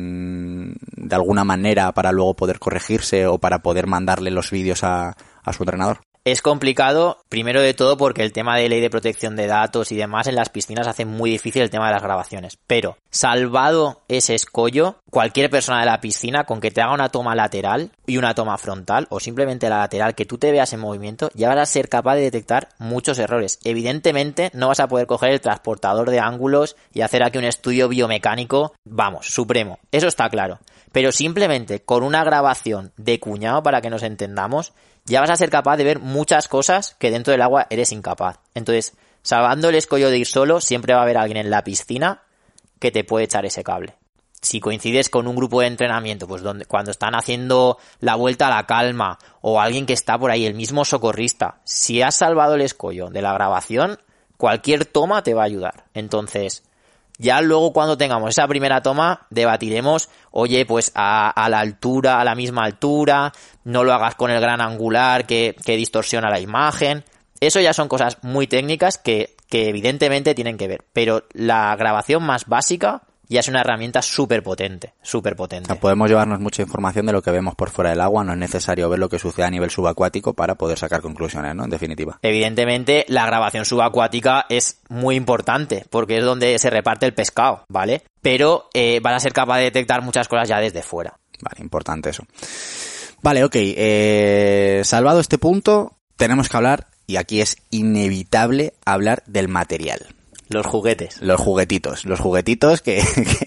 en, de alguna manera para luego poder corregirse o para poder mandarle los vídeos a, a su entrenador? Es complicado, primero de todo porque el tema de ley de protección de datos y demás en las piscinas hace muy difícil el tema de las grabaciones. Pero, salvado ese escollo, cualquier persona de la piscina, con que te haga una toma lateral y una toma frontal, o simplemente la lateral, que tú te veas en movimiento, ya vas a ser capaz de detectar muchos errores. Evidentemente, no vas a poder coger el transportador de ángulos y hacer aquí un estudio biomecánico, vamos, supremo. Eso está claro. Pero simplemente con una grabación de cuñado, para que nos entendamos, ya vas a ser capaz de ver muchas cosas que dentro del agua eres incapaz. Entonces, salvando el escollo de ir solo, siempre va a haber alguien en la piscina que te puede echar ese cable. si coincides con un grupo de entrenamiento, pues donde cuando están haciendo la vuelta a la calma, o alguien que está por ahí, el mismo socorrista, si has salvado el escollo de la grabación, cualquier toma te va a ayudar. Entonces, ya luego cuando tengamos esa primera toma, debatiremos, oye, pues a, a la altura, a la misma altura, no lo hagas con el gran angular que, que distorsiona la imagen. Eso ya son cosas muy técnicas que, que evidentemente tienen que ver. Pero la grabación más básica ya es una herramienta súper potente, súper potente. O sea, podemos llevarnos mucha información de lo que vemos por fuera del agua, no es necesario ver lo que sucede a nivel subacuático para poder sacar conclusiones, ¿no? En definitiva. Evidentemente, la grabación subacuática es muy importante, porque es donde se reparte el pescado, ¿vale? Pero eh, van a ser capaz de detectar muchas cosas ya desde fuera. Vale, importante eso. Vale, ok, eh, salvado este punto, tenemos que hablar, y aquí es inevitable hablar del material. Los juguetes. Los juguetitos. Los juguetitos que,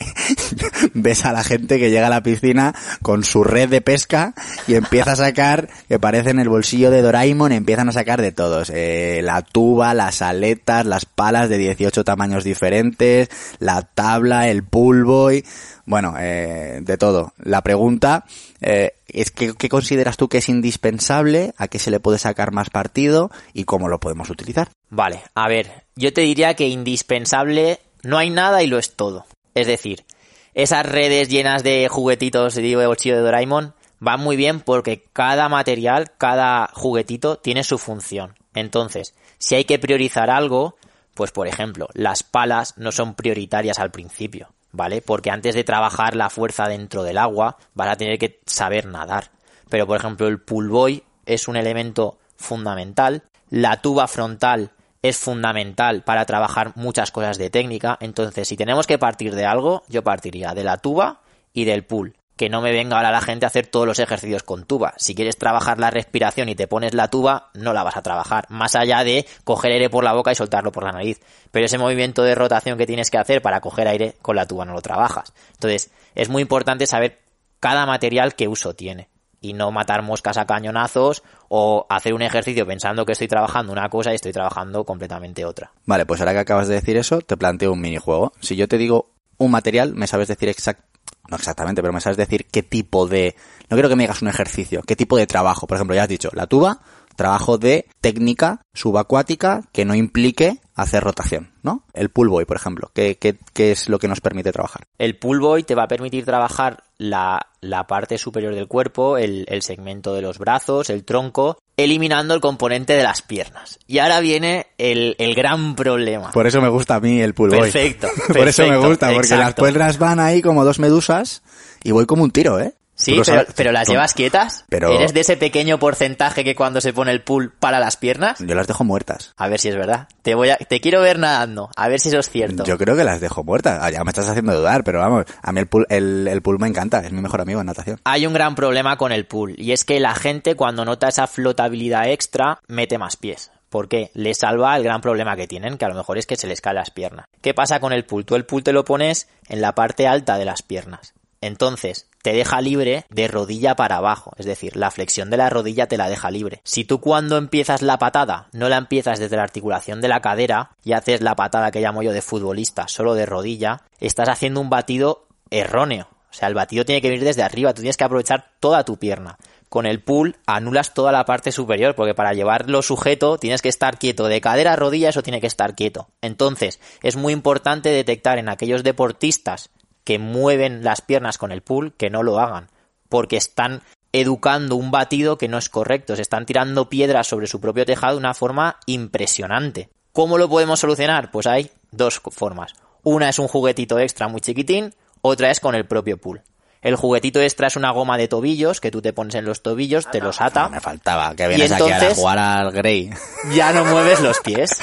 que ves a la gente que llega a la piscina con su red de pesca y empieza a sacar, que parecen el bolsillo de Doraemon, empiezan a sacar de todos. Eh, la tuba, las aletas, las palas de dieciocho tamaños diferentes, la tabla, el pull buoy, bueno, eh, de todo. La pregunta eh, es que, ¿qué consideras tú que es indispensable? ¿A qué se le puede sacar más partido? ¿Y cómo lo podemos utilizar? Vale, a ver, yo te diría que indispensable no hay nada y lo es todo. Es decir, esas redes llenas de juguetitos de bolsillo de Doraemon van muy bien porque cada material, cada juguetito tiene su función. Entonces, si hay que priorizar algo, pues por ejemplo, las palas no son prioritarias al principio, ¿vale? Porque antes de trabajar la fuerza dentro del agua, vas a tener que saber nadar. Pero por ejemplo, el pull buoy es un elemento fundamental. La tuba frontal es fundamental para trabajar muchas cosas de técnica. Entonces, si tenemos que partir de algo, yo partiría de la tuba y del pull. Que no me venga ahora la gente a hacer todos los ejercicios con tuba. Si quieres trabajar la respiración y te pones la tuba, no la vas a trabajar. Más allá de coger aire por la boca y soltarlo por la nariz. Pero ese movimiento de rotación que tienes que hacer para coger aire con la tuba no lo trabajas. Entonces, es muy importante saber cada material qué uso tiene. Y no matar moscas a cañonazos o hacer un ejercicio pensando que estoy trabajando una cosa y estoy trabajando completamente otra. Vale, pues ahora que acabas de decir eso, te planteo un minijuego. Si yo te digo un material, me sabes decir exact... no exactamente, pero me sabes decir qué tipo de... No quiero que me digas un ejercicio, qué tipo de trabajo. Por ejemplo, ya has dicho, la tuba, trabajo de técnica subacuática que no implique hacer rotación, ¿no? El pull buoy, por ejemplo, ¿qué, qué, qué es lo que nos permite trabajar? El pull buoy te va a permitir trabajar la, la parte superior del cuerpo, el, el segmento de los brazos, el tronco, eliminando el componente de las piernas. Y ahora viene el, el gran problema. Por eso me gusta a mí el pull buoy. Perfecto, perfecto. Por eso me gusta, porque exacto. Las piernas van ahí como dos medusas y voy como un tiro, ¿eh? Sí, pero, pero ¿las llevas quietas? Pero... ¿Eres de ese pequeño porcentaje que cuando se pone el pull para las piernas? Yo las dejo muertas. A ver si es verdad. Te voy a, te quiero ver nadando, a ver si eso es cierto. Yo creo que las dejo muertas. Ah, ya me estás haciendo dudar, pero vamos, a mí el pull, el, el pull me encanta, es mi mejor amigo en natación. Hay un gran problema con el pull, y es que la gente cuando nota esa flotabilidad extra, mete más pies. ¿Por qué? Le salva el gran problema que tienen, que a lo mejor es que se les caen las piernas. ¿Qué pasa con el pull? Tú el pull te lo pones en la parte alta de las piernas. Entonces, te deja libre de rodilla para abajo, es decir, la flexión de la rodilla te la deja libre. Si tú cuando empiezas la patada no la empiezas desde la articulación de la cadera y haces la patada que llamo yo de futbolista solo de rodilla, estás haciendo un batido erróneo. O sea, el batido tiene que venir desde arriba, tú tienes que aprovechar toda tu pierna. Con el pull anulas toda la parte superior, porque para llevarlo sujeto tienes que estar quieto. De cadera a rodilla eso tiene que estar quieto. Entonces, es muy importante detectar en aquellos deportistas que mueven las piernas con el pull, que no lo hagan, porque están educando un batido que no es correcto, se están tirando piedras sobre su propio tejado de una forma impresionante. ¿Cómo lo podemos solucionar? Pues hay dos formas. Una es un juguetito extra muy chiquitín, otra es con el propio pull. El juguetito extra es una goma de tobillos que tú te pones en los tobillos, te los ata. No, me faltaba, que vienes aquí a jugar al Grey. Ya no mueves los pies.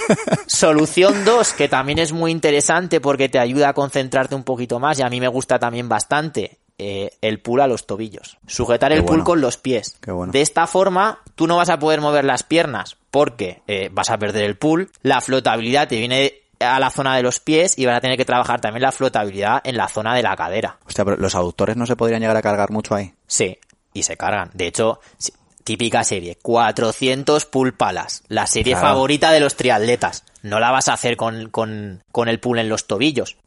Solución dos, que también es muy interesante porque te ayuda a concentrarte un poquito más y a mí me gusta también bastante, eh, el pull a los tobillos. Sujetar el Qué pull bueno. con los pies. Qué bueno. De esta forma, tú no vas a poder mover las piernas porque eh, vas a perder el pull, la flotabilidad te viene a la zona de los pies y vas a tener que trabajar también la flotabilidad en la zona de la cadera. Hostia, pero los aductores no se podrían llegar a cargar mucho ahí. Sí, y se cargan. De hecho, típica serie, cuatrocientos pull palas, la serie Claro. favorita de los triatletas. No la vas a hacer con, con, con el pull en los tobillos,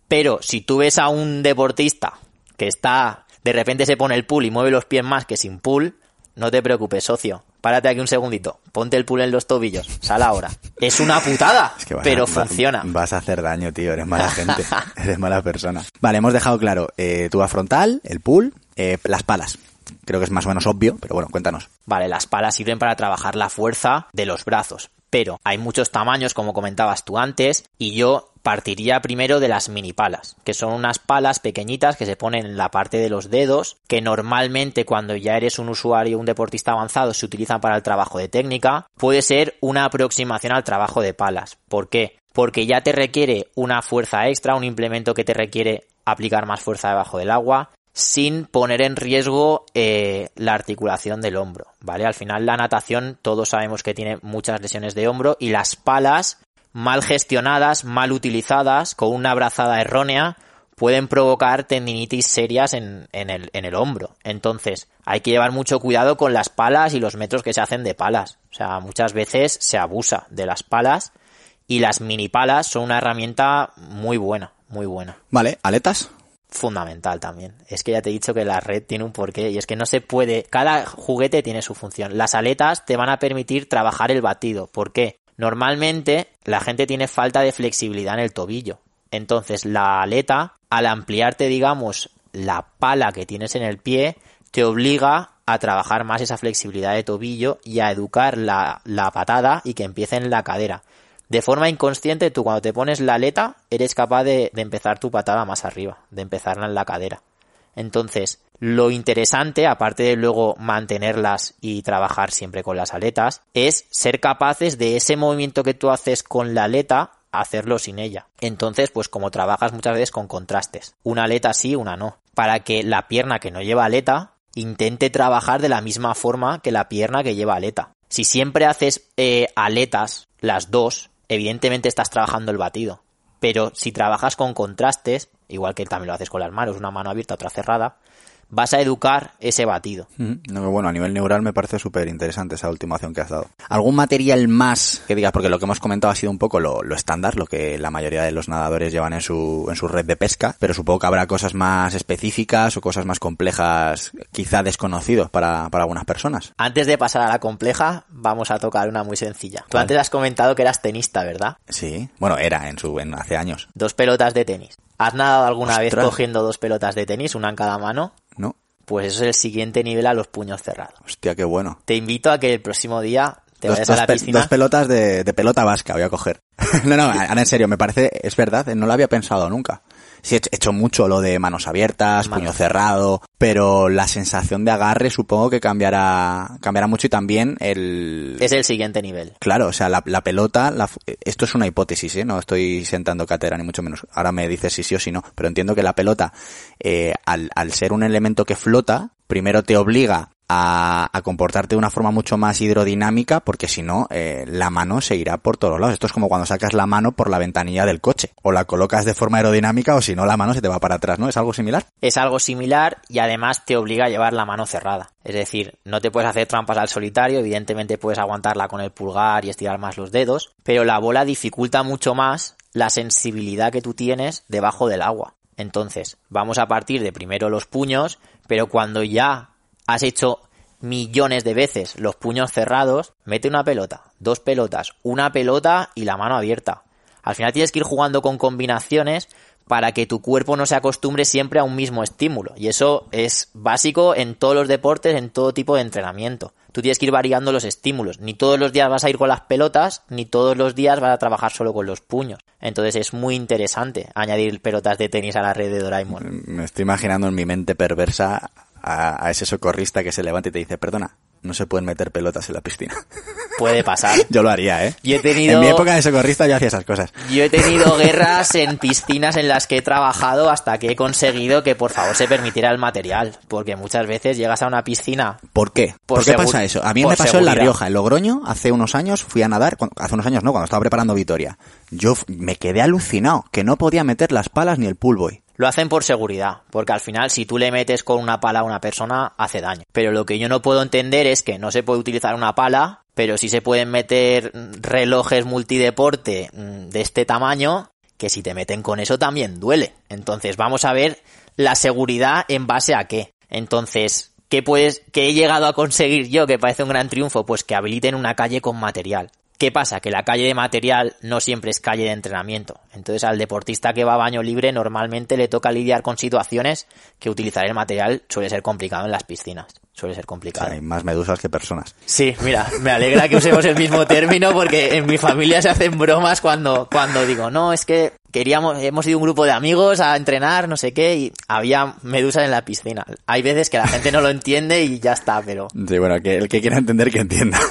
Pero si tú ves a un deportista que está, de repente se pone el pool y mueve los pies más que sin pool, no te preocupes, socio. Párate aquí un segundito, ponte el pool en los tobillos, sal ahora. Es una putada, es que pero a, funciona. Vas a hacer daño, tío, eres mala gente, eres mala persona. Vale, hemos dejado claro, eh, tuba frontal, el pool, eh, las palas. Creo que es más o menos obvio, pero bueno, cuéntanos. Vale, las palas sirven para trabajar la fuerza de los brazos, pero hay muchos tamaños, como comentabas tú antes, y yo partiría primero de las mini palas, que son unas palas pequeñitas que se ponen en la parte de los dedos, que normalmente cuando ya eres un usuario, un deportista avanzado, se utilizan para el trabajo de técnica. Puede ser una aproximación al trabajo de palas. ¿Por qué? Porque ya te requiere una fuerza extra, un implemento que te requiere aplicar más fuerza debajo del agua, sin poner en riesgo eh, la articulación del hombro, ¿vale? Al final la natación todos sabemos que tiene muchas lesiones de hombro y las palas mal gestionadas, mal utilizadas, con una brazada errónea, pueden provocar tendinitis serias en, en, el, en el hombro. Entonces hay que llevar mucho cuidado con las palas y los metros que se hacen de palas. O sea, muchas veces se abusa de las palas y las mini palas son una herramienta muy buena, muy buena. Vale, ¿aletas? Fundamental también. Es que ya te he dicho que la red tiene un porqué y es que no se puede... Cada juguete tiene su función. Las aletas te van a permitir trabajar el batido. ¿Por qué? Normalmente la gente tiene falta de flexibilidad en el tobillo. Entonces la aleta, al ampliarte, digamos, la pala que tienes en el pie, te obliga a trabajar más esa flexibilidad de tobillo y a educar la, la patada y que empiece en la cadera. De forma inconsciente, tú cuando te pones la aleta, eres capaz de, de empezar tu patada más arriba, de empezarla en la cadera. Entonces, lo interesante, aparte de luego mantenerlas y trabajar siempre con las aletas, es ser capaces de ese movimiento que tú haces con la aleta, hacerlo sin ella. Entonces, pues como trabajas muchas veces con contrastes, una aleta sí, una no, para que la pierna que no lleva aleta intente trabajar de la misma forma que la pierna que lleva aleta. Si siempre haces eh, aletas, las dos, evidentemente estás trabajando el batido. Pero si trabajas con contrastes, igual que también lo haces con las manos, una mano abierta, otra cerrada, vas a educar ese batido. Mm-hmm. No, bueno, a nivel neural me parece súper interesante esa última opción que has dado. ¿Algún material más que digas? Porque lo que hemos comentado ha sido un poco lo, lo estándar, lo que la mayoría de los nadadores llevan en su, en su red de pesca, pero supongo que habrá cosas más específicas o cosas más complejas, quizá desconocidos para, para algunas personas. Antes de pasar a la compleja, vamos a tocar una muy sencilla. Tú ¿Cuál? Antes has comentado que eras tenista, ¿verdad? Sí, bueno, era en su en hace años. Dos pelotas de tenis. ¿Has nadado alguna Ostras. vez cogiendo dos pelotas de tenis, una en cada mano? No. Pues eso es el siguiente nivel a los puños cerrados. Hostia, qué bueno. Te invito a que el próximo día te Dos, vayas dos a la pe- piscina. dos pelotas de, de pelota vasca voy a coger. no, no, ahora en serio, me parece, es verdad, no lo había pensado nunca. Sí, he hecho mucho lo de manos abiertas, Manos. puño cerrado, pero la sensación de agarre supongo que cambiará cambiará mucho y también el... Es el siguiente nivel. Claro, o sea, la, la pelota, la, esto es una hipótesis, ¿eh? No estoy sentando cátedra ni mucho menos. Ahora me dices si sí o si no, pero entiendo que la pelota, eh, al, al ser un elemento que flota, primero te obliga a, a comportarte de una forma mucho más hidrodinámica, porque si no, eh, la mano se irá por todos lados. Esto es como cuando sacas la mano por la ventanilla del coche. O la colocas de forma aerodinámica o si no, la mano se te va para atrás, ¿no? ¿Es algo similar? Es algo similar y además te obliga a llevar la mano cerrada. Es decir, no te puedes hacer trampas al solitario, evidentemente puedes aguantarla con el pulgar y estirar más los dedos, pero la bola dificulta mucho más la sensibilidad que tú tienes debajo del agua. Entonces, vamos a partir de primero los puños, pero cuando ya has hecho millones de veces los puños cerrados, mete una pelota, dos pelotas, una pelota y la mano abierta. Al final tienes que ir jugando con combinaciones para que tu cuerpo no se acostumbre siempre a un mismo estímulo. Y eso es básico en todos los deportes, en todo tipo de entrenamiento. Tú tienes que ir variando los estímulos. Ni todos los días vas a ir con las pelotas, ni todos los días vas a trabajar solo con los puños. Entonces es muy interesante añadir pelotas de tenis a la red de Doraemon. Me estoy imaginando en mi mente perversa a, a ese socorrista que se levanta y te dice, perdona, no se pueden meter pelotas en la piscina. Puede pasar. Yo lo haría, ¿eh? Yo he tenido... En mi época de socorrista yo hacía esas cosas. Yo he tenido guerras en piscinas en las que he trabajado hasta que he conseguido que por favor se permitiera el material. Porque muchas veces llegas a una piscina... ¿Por qué? Por ¿Por qué segu- pasa eso? A mí por me pasó en La seguridad. Rioja, en Logroño, hace unos años fui a nadar, cu- hace unos años no, cuando estaba preparando Vitoria. Yo f- me quedé alucinado, que no podía meter las palas ni el pool boy. Lo hacen por seguridad, porque al final si tú le metes con una pala a una persona, hace daño. Pero lo que yo no puedo entender es que no se puede utilizar una pala, pero sí se pueden meter relojes multideporte de este tamaño que si te meten con eso también duele. Entonces vamos a ver la seguridad en base a qué. Entonces, ¿qué puedes, qué he llegado a conseguir yo que parece un gran triunfo? Pues que habiliten una calle con material. ¿Qué pasa? Que la calle de material no siempre es calle de entrenamiento. Entonces al deportista que va a baño libre normalmente le toca lidiar con situaciones que utilizar el material suele ser complicado en las piscinas. Suele ser complicado. O sea, hay más medusas que personas. Sí, mira, me alegra que usemos el mismo término porque en mi familia se hacen bromas cuando, cuando digo, no, es que queríamos, hemos ido un grupo de amigos a entrenar, no sé qué, y había medusas en la piscina. Hay veces que la gente no lo entiende y ya está, pero... Sí, bueno, que el que quiera entender que entienda.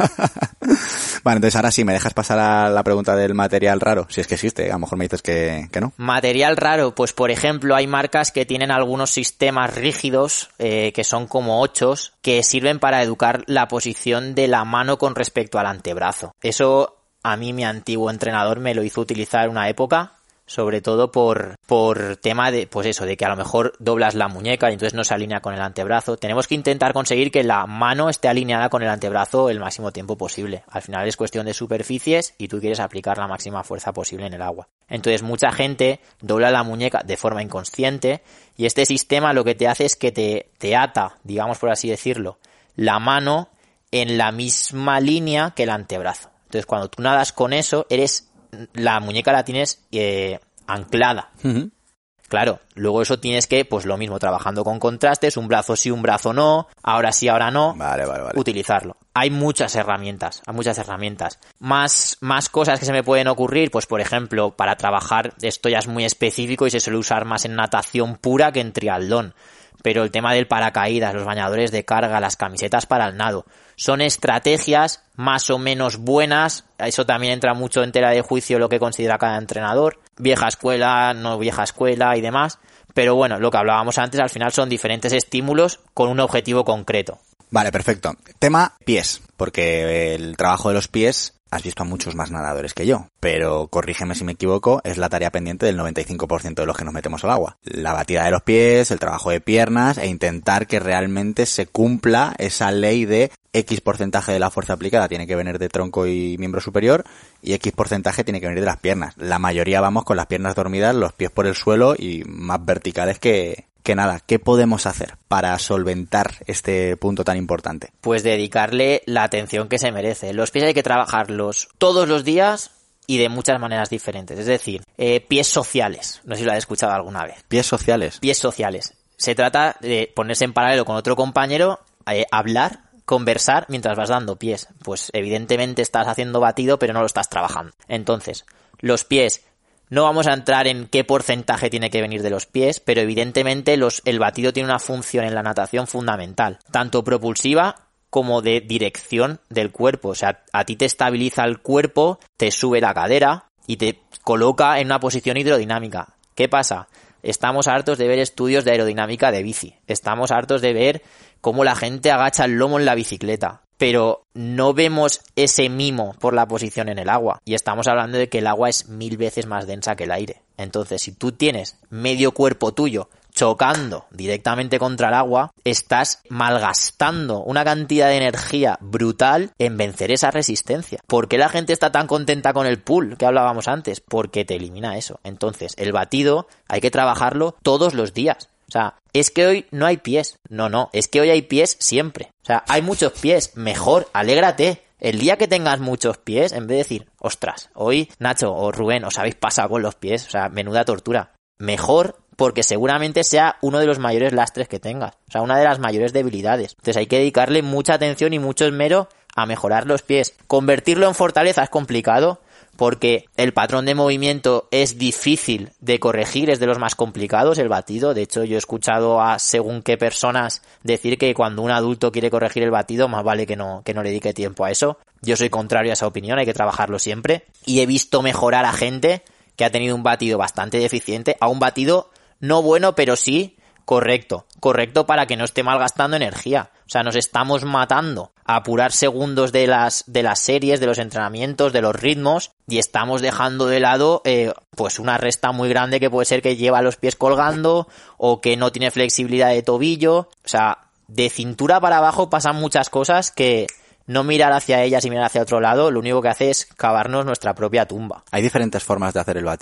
Vale, entonces ahora sí, ¿me dejas pasar a la pregunta del material raro? Si es que existe, a lo mejor me dices que, que no. Material raro, pues por ejemplo hay marcas que tienen algunos sistemas rígidos, eh, que son como ochos, que sirven para educar la posición de la mano con respecto al antebrazo. Eso a mí mi antiguo entrenador me lo hizo utilizar una época, sobre todo por por tema de, pues eso, de que a lo mejor doblas la muñeca y entonces no se alinea con el antebrazo. Tenemos que intentar conseguir que la mano esté alineada con el antebrazo el máximo tiempo posible. Al final es cuestión de superficies y tú quieres aplicar la máxima fuerza posible en el agua. Entonces mucha gente dobla la muñeca de forma inconsciente y este sistema lo que te hace es que te, te ata, digamos por así decirlo, la mano en la misma línea que el antebrazo. Entonces cuando tú nadas con eso, eres la muñeca la tienes eh, anclada. Uh-huh. Claro, luego eso tienes que, pues lo mismo, trabajando con contrastes, un brazo sí, un brazo no, ahora sí, ahora no, vale, vale, vale. Utilizarlo. Hay muchas herramientas, hay muchas herramientas. Más, más cosas que se me pueden ocurrir, pues por ejemplo, para trabajar, esto ya es muy específico y se suele usar más en natación pura que en triatlón. Pero el tema del paracaídas, los bañadores de carga, las camisetas para el nado, son estrategias más o menos buenas. Eso también entra mucho en tela de juicio lo que considera cada entrenador. Vieja escuela, no vieja escuela y demás. Pero bueno, lo que hablábamos antes, al final son diferentes estímulos con un objetivo concreto. Vale, perfecto. Tema pies, porque el trabajo de los pies has visto a muchos más nadadores que yo, pero corrígeme si me equivoco, es la tarea pendiente del noventa y cinco por ciento de los que nos metemos al agua. La batida de los pies, el trabajo de piernas e intentar que realmente se cumpla esa ley de X porcentaje de la fuerza aplicada tiene que venir de tronco y miembro superior y X porcentaje tiene que venir de las piernas. La mayoría vamos con las piernas dormidas, los pies por el suelo y más verticales que... que nada, ¿qué podemos hacer para solventar este punto tan importante? Pues dedicarle la atención que se merece. Los pies hay que trabajarlos todos los días y de muchas maneras diferentes. Es decir, eh, pies sociales. No sé si lo has escuchado alguna vez. ¿Pies sociales? Pies sociales. Se trata de ponerse en paralelo con otro compañero, eh, hablar, conversar mientras vas dando pies. Pues evidentemente estás haciendo batido, pero no lo estás trabajando. Entonces, los pies... No vamos a entrar en qué porcentaje tiene que venir de los pies, pero evidentemente los, el batido tiene una función en la natación fundamental, tanto propulsiva como de dirección del cuerpo. O sea, a ti te estabiliza el cuerpo, te sube la cadera y te coloca en una posición hidrodinámica. ¿Qué pasa? Estamos hartos de ver estudios de aerodinámica de bici. Estamos hartos de ver cómo la gente agacha el lomo en la bicicleta. Pero no vemos ese mimo por la posición en el agua. Y estamos hablando de que el agua es mil veces más densa que el aire. Entonces, si tú tienes medio cuerpo tuyo chocando directamente contra el agua, estás malgastando una cantidad de energía brutal en vencer esa resistencia. ¿Por qué la gente está tan contenta con el pull que hablábamos antes? Porque te elimina eso. Entonces, el batido hay que trabajarlo todos los días. O sea, es que hoy no hay pies. No, no, es que hoy hay pies siempre. O sea, hay muchos pies. Mejor, alégrate. El día que tengas muchos pies, en vez de decir, ostras, hoy Nacho o Rubén os habéis pasado con los pies, o sea, menuda tortura. Mejor, porque seguramente sea uno de los mayores lastres que tengas. O sea, una de las mayores debilidades. Entonces hay que dedicarle mucha atención y mucho esmero a mejorar los pies. Convertirlo en fortaleza es complicado, porque el patrón de movimiento es difícil de corregir, es de los más complicados, el batido. De hecho, yo he escuchado a según qué personas decir que cuando un adulto quiere corregir el batido, más vale que no, que no le dedique tiempo a eso. Yo soy contrario a esa opinión, hay que trabajarlo siempre. Y he visto mejorar a gente que ha tenido un batido bastante deficiente a un batido no bueno, pero sí correcto. Correcto para que no esté malgastando energía. O sea, nos estamos matando a apurar segundos de las de las series, de los entrenamientos, de los ritmos, y estamos dejando de lado eh, pues una resta muy grande que puede ser que lleva los pies colgando o que no tiene flexibilidad de tobillo. O sea, de cintura para abajo pasan muchas cosas que no mirar hacia ellas y mirar hacia otro lado lo único que hace es cavarnos nuestra propia tumba. ¿Hay diferentes formas de hacer el batido?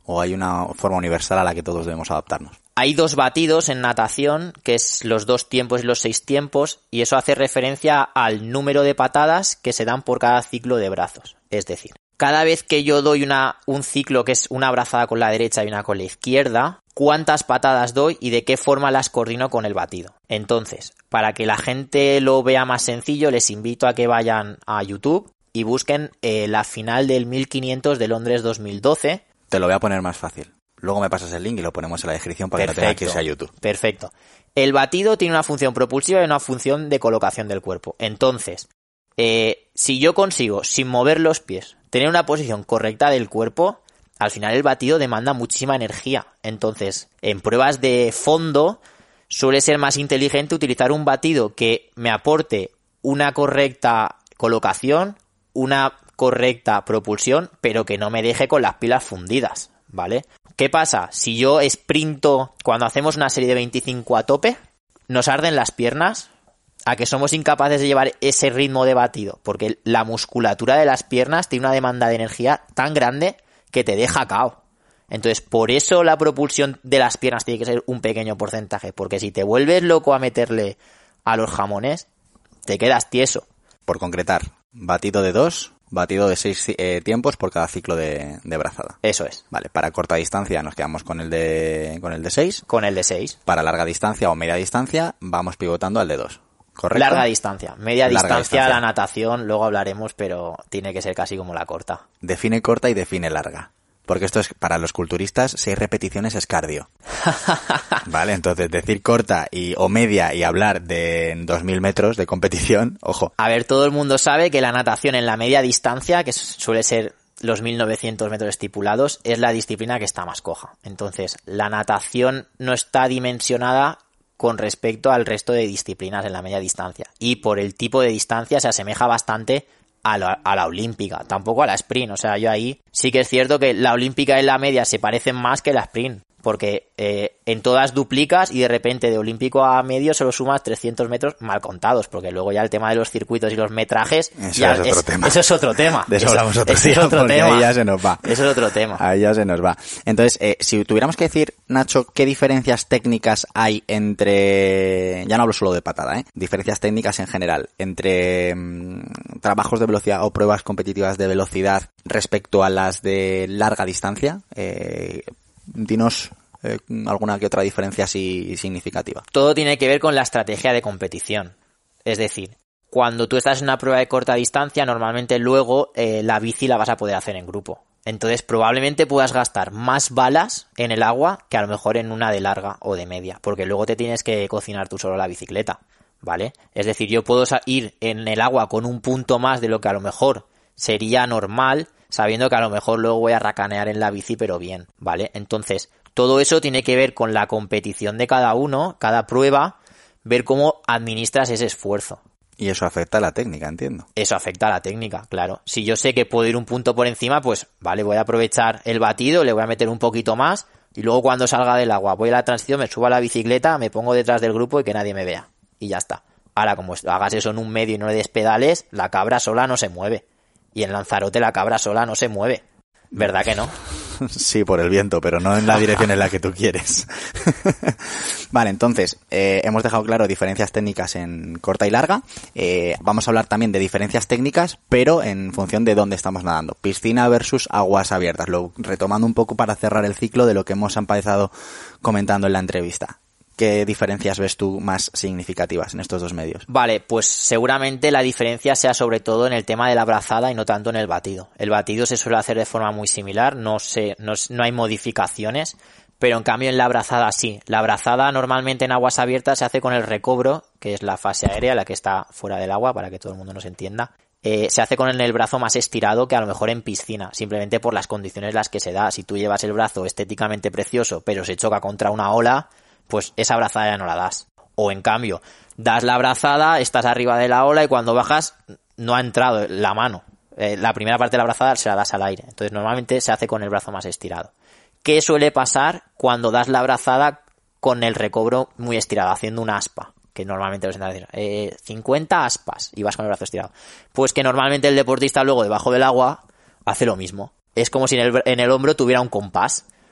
¿O hay una forma universal a la que todos debemos adaptarnos? Hay dos batidos en natación, que es los dos tiempos y los seis tiempos, y eso hace referencia al número de patadas que se dan por cada ciclo de brazos. Es decir, cada vez que yo doy una, un ciclo que es una brazada con la derecha y una con la izquierda, cuántas patadas doy y de qué forma las coordino con el batido. Entonces, para que la gente lo vea más sencillo, les invito a que vayan a YouTube y busquen eh, la final del mil quinientos de Londres dos mil doce. Te lo voy a poner más fácil. Luego me pasas el link y lo ponemos en la descripción para Perfecto, que no tenga que irse a YouTube. Perfecto. El batido tiene una función propulsiva y una función de colocación del cuerpo. Entonces, eh, si yo consigo, sin mover los pies, tener una posición correcta del cuerpo, al final el batido demanda muchísima energía. Entonces, en pruebas de fondo, suele ser más inteligente utilizar un batido que me aporte una correcta colocación, una correcta propulsión, pero que no me deje con las pilas fundidas, ¿vale? ¿Qué pasa? Si yo sprinto cuando hacemos una serie de veinticinco a tope, nos arden las piernas, a que somos incapaces de llevar ese ritmo de batido, porque la musculatura de las piernas tiene una demanda de energía tan grande que te deja cao. Entonces, por eso la propulsión de las piernas tiene que ser un pequeño porcentaje, porque si te vuelves loco a meterle a los jamones, te quedas tieso. Por concretar, batido de dos, batido de seis eh, tiempos por cada ciclo de, de brazada. Eso es. Vale, para corta distancia nos quedamos con el de con el de seis. Con el de seis. Para larga distancia o media distancia vamos pivotando al de dos. ¿Correcto? Larga distancia. Media Larga distancia, distancia, la natación, luego hablaremos, pero tiene que ser casi como la corta. Define corta y define larga. Porque esto es, para los culturistas, seis repeticiones es cardio. Vale, entonces decir corta y o media y hablar de dos mil metros de competición, ojo. A ver, todo el mundo sabe que la natación en la media distancia, que suele ser los mil novecientos metros estipulados, es la disciplina que está más coja. Entonces, la natación no está dimensionada con respecto al resto de disciplinas en la media distancia. Y por el tipo de distancia se asemeja bastante a la, a la olímpica, tampoco a la sprint. O sea, yo ahí sí que es cierto que la olímpica y la media se parecen más que la sprint, porque eh, en todas duplicas y de repente de olímpico a medio solo sumas trescientos metros mal contados, porque luego ya el tema de los circuitos y los metrajes eso ya es otro es, tema. Eso es otro tema. De eso, eso hablamos otro eso día, es otro porque tema. ahí ya se nos va. Eso es otro tema. Ahí ya se nos va. Entonces, eh, si tuviéramos que decir, Nacho, ¿qué diferencias técnicas hay entre, ya no hablo solo de patada, eh, diferencias técnicas en general, entre mmm, trabajos de velocidad o pruebas competitivas de velocidad respecto a las de larga distancia? Eh, dinos Eh, alguna que otra diferencia así significativa. Todo tiene que ver con la estrategia de competición. Es decir, cuando tú estás en una prueba de corta distancia, normalmente luego eh, la bici la vas a poder hacer en grupo. Entonces probablemente puedas gastar más balas en el agua que a lo mejor en una de larga o de media, porque luego te tienes que cocinar tú solo la bicicleta, ¿vale? Es decir, yo puedo ir en el agua con un punto más de lo que a lo mejor sería normal, sabiendo que a lo mejor luego voy a racanear en la bici, pero bien, ¿vale? Entonces, todo eso tiene que ver con la competición de cada uno, cada prueba, ver cómo administras ese esfuerzo. Y eso afecta a la técnica, entiendo. Eso afecta a la técnica, claro. Si yo sé que puedo ir un punto por encima, pues vale, voy a aprovechar el batido, le voy a meter un poquito más y luego cuando salga del agua voy a la transición, me subo a la bicicleta, me pongo detrás del grupo y que nadie me vea. Y ya está. Ahora, como hagas eso en un medio y no le des pedales, la cabra sola no se mueve. Y en Lanzarote la cabra sola no se mueve. ¿Verdad que no? Sí, por el viento, pero no en la dirección en la que tú quieres. Vale, entonces, eh, hemos dejado claro diferencias técnicas en corta y larga. Eh, vamos a hablar también de diferencias técnicas, pero en función de dónde estamos nadando. Piscina versus aguas abiertas. Lo, retomando un poco para cerrar el ciclo de lo que hemos empezado comentando en la entrevista. ¿Qué diferencias ves tú más significativas en estos dos medios? Vale, pues seguramente la diferencia sea sobre todo en el tema de la brazada y no tanto en el batido. El batido se suele hacer de forma muy similar, no sé, no, no hay modificaciones, pero en cambio en la brazada sí. La brazada normalmente en aguas abiertas se hace con el recobro, que es la fase aérea, la que está fuera del agua, para que todo el mundo nos entienda. Eh, se hace con el brazo más estirado que a lo mejor en piscina, simplemente por las condiciones en las que se da. Si tú llevas el brazo estéticamente precioso, pero se choca contra una ola, pues esa brazada ya no la das. O en cambio, das la brazada, estás arriba de la ola y cuando bajas no ha entrado la mano. Eh, la primera parte de la brazada se la das al aire. Entonces normalmente se hace con el brazo más estirado. ¿Qué suele pasar cuando das la brazada con el recobro muy estirado, haciendo una aspa? Que normalmente los entrenadores dicen, eh, cincuenta aspas y vas con el brazo estirado. Pues que normalmente el deportista luego debajo del agua hace lo mismo. Es como si en el, en el hombro tuviera un compás.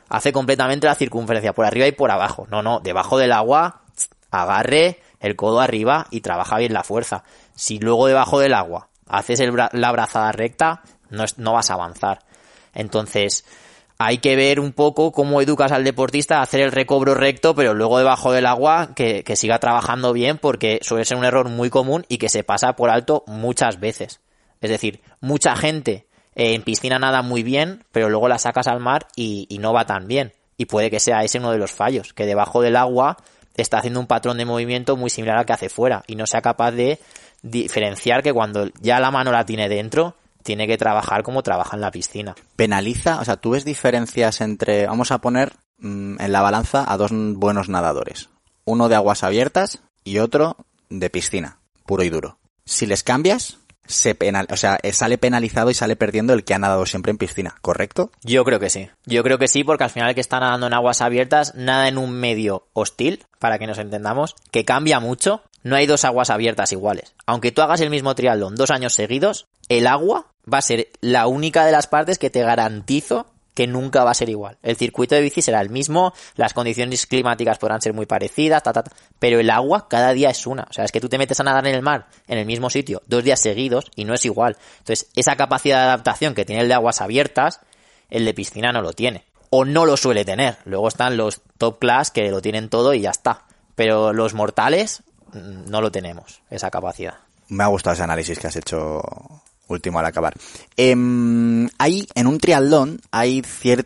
hace completamente la circunferencia, por arriba y por abajo. No, no, debajo del agua, agarre, el codo arriba y trabaja bien la fuerza. Si luego debajo del agua haces el bra- la brazada recta, no, es, no vas a avanzar. Entonces, hay que ver un poco cómo educas al deportista a hacer el recobro recto, pero luego debajo del agua que, que siga trabajando bien, porque suele ser un error muy común y que se pasa por alto muchas veces. Es decir, mucha gente eh, en piscina nada muy bien, pero luego la sacas al mar y, y no va tan bien. Y puede que sea ese uno de los fallos, que debajo del agua está haciendo un patrón de movimiento muy similar al que hace fuera y no sea capaz de diferenciar que cuando ya la mano la tiene dentro, tiene que trabajar como trabaja en la piscina. Penaliza, o sea, ¿tú ves diferencias entre, vamos a poner mmm, en la balanza a dos buenos nadadores? Uno de aguas abiertas y otro de piscina, puro y duro. Si les cambias, se penal, o sea, sale penalizado y sale perdiendo el que ha nadado siempre en piscina, ¿correcto? Yo creo que sí. Yo creo que sí, porque al final el que está nadando en aguas abiertas nada en un medio hostil, para que nos entendamos, que cambia mucho. No hay dos aguas abiertas iguales. Aunque tú hagas el mismo triatlón dos años seguidos, el agua va a ser la única de las partes que te garantizo que nunca va a ser igual. El circuito de bici será el mismo, las condiciones climáticas podrán ser muy parecidas, ta, ta, ta, pero el agua cada día es una. O sea, es que tú te metes a nadar en el mar, en el mismo sitio, dos días seguidos y no es igual. Entonces, esa capacidad de adaptación que tiene el de aguas abiertas, el de piscina no lo tiene. O no lo suele tener. Luego están los top class que lo tienen todo y ya está. Pero los mortales no lo tenemos, esa capacidad. Me ha gustado ese análisis que has hecho último al acabar. Eh, hay, en un triatlón hay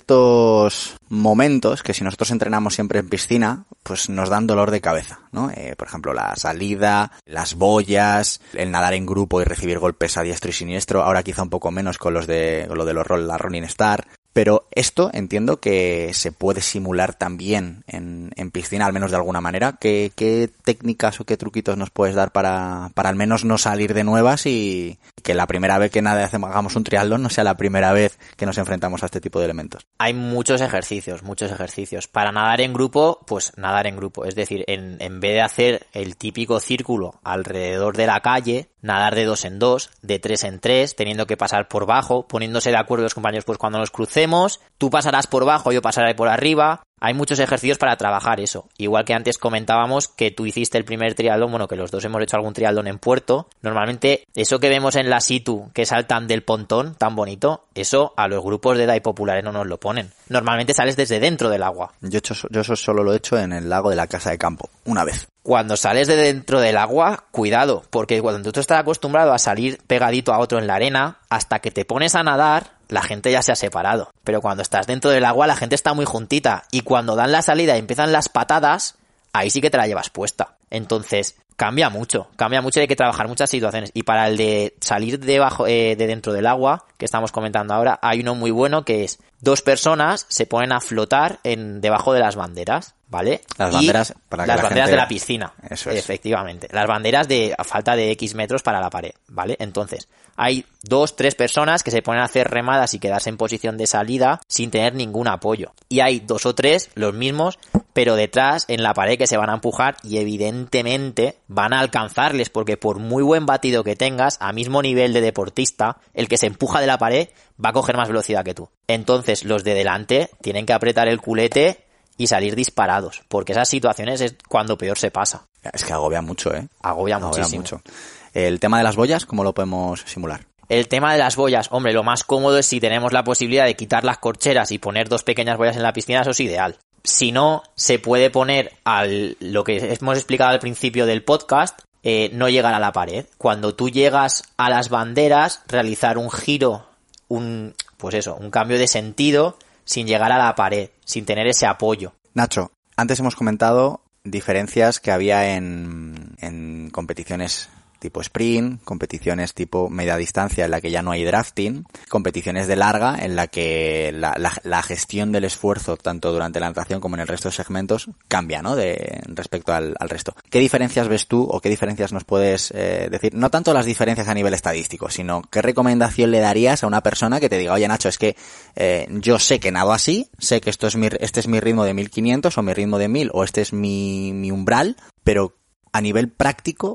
ciertos momentos que si nosotros entrenamos siempre en piscina, pues nos dan dolor de cabeza, ¿no? Eh, por ejemplo, la salida, las boyas, el nadar en grupo y recibir golpes a diestro y siniestro, ahora quizá un poco menos con los de, con lo de los roll, la Running Star. Pero esto entiendo que se puede simular también en, en piscina, al menos de alguna manera. ¿Qué, qué técnicas o qué truquitos nos puedes dar para, para al menos no salir de nuevas y que la primera vez que nada hacemos, hagamos un triatlón no sea la primera vez que nos enfrentamos a este tipo de elementos? Hay muchos ejercicios, muchos ejercicios. Para nadar en grupo, pues nadar en grupo. Es decir, en, en vez de hacer el típico círculo alrededor de la calle, nadar de dos en dos, de tres en tres, teniendo que pasar por bajo, poniéndose de acuerdo los compañeros pues cuando nos crucemos, tú pasarás por bajo, yo pasaré por arriba. Hay muchos ejercicios para trabajar eso. Igual que antes comentábamos que tú hiciste el primer triatlón, bueno, que los dos hemos hecho algún triatlón en Puerto. Normalmente, eso que vemos en la Situ, que saltan del pontón, tan bonito, eso a los grupos de edad populares no nos lo ponen. Normalmente sales desde dentro del agua. Yo, hecho, yo eso solo lo he hecho en el lago de la casa de campo, una vez. Cuando sales de dentro del agua, cuidado, porque cuando tú estás acostumbrado a salir pegadito a otro en la arena, hasta que te pones a nadar, la gente ya se ha separado. Pero cuando estás dentro del agua, la gente está muy juntita. Y cuando dan la salida y empiezan las patadas, ahí sí que te la llevas puesta. Entonces, cambia mucho. Cambia mucho y hay que trabajar muchas situaciones. Y para el de salir debajo, eh, de dentro del agua, que estamos comentando ahora, hay uno muy bueno que es dos personas se ponen a flotar en debajo de las banderas, ¿vale? Las banderas, para que las la banderas gente... de la piscina. Eso es. Efectivamente. Las banderas de a falta de X metros para la pared, ¿vale? Entonces, hay dos, tres personas que se ponen a hacer remadas y quedarse en posición de salida sin tener ningún apoyo. Y hay dos o tres, los mismos, pero detrás en la pared que se van a empujar y evidentemente van a alcanzarles porque por muy buen batido que tengas, a mismo nivel de deportista, el que se empuja de la pared va a coger más velocidad que tú. Entonces los de delante tienen que apretar el culete y salir disparados, porque esas situaciones es cuando peor se pasa. Es que agobia mucho, ¿eh? Agobia, agobia muchísimo. mucho. El tema de las boyas, ¿cómo lo podemos simular? El tema de las boyas, hombre, lo más cómodo es si tenemos la posibilidad de quitar las corcheras y poner dos pequeñas boyas en la piscina, eso es ideal. Si no, se puede poner al lo que hemos explicado al principio del podcast, eh, no llegar a la pared. Cuando tú llegas a las banderas, realizar un giro, un pues eso, un cambio de sentido sin llegar a la pared, sin tener ese apoyo. Nacho, antes hemos comentado diferencias que había en, en competiciones tipo sprint, competiciones tipo media distancia en la que ya no hay drafting, competiciones de larga en la que la, la, la gestión del esfuerzo tanto durante la natación como en el resto de segmentos cambia, ¿no? De respecto al, al resto. ¿Qué diferencias ves tú o qué diferencias nos puedes eh, decir? No tanto las diferencias a nivel estadístico, sino qué recomendación le darías a una persona que te diga, oye Nacho, es que eh, yo sé que nado así, sé que esto es mi, este es mi ritmo de mil quinientos o mi ritmo de mil o este es mi, mi umbral, pero a nivel práctico,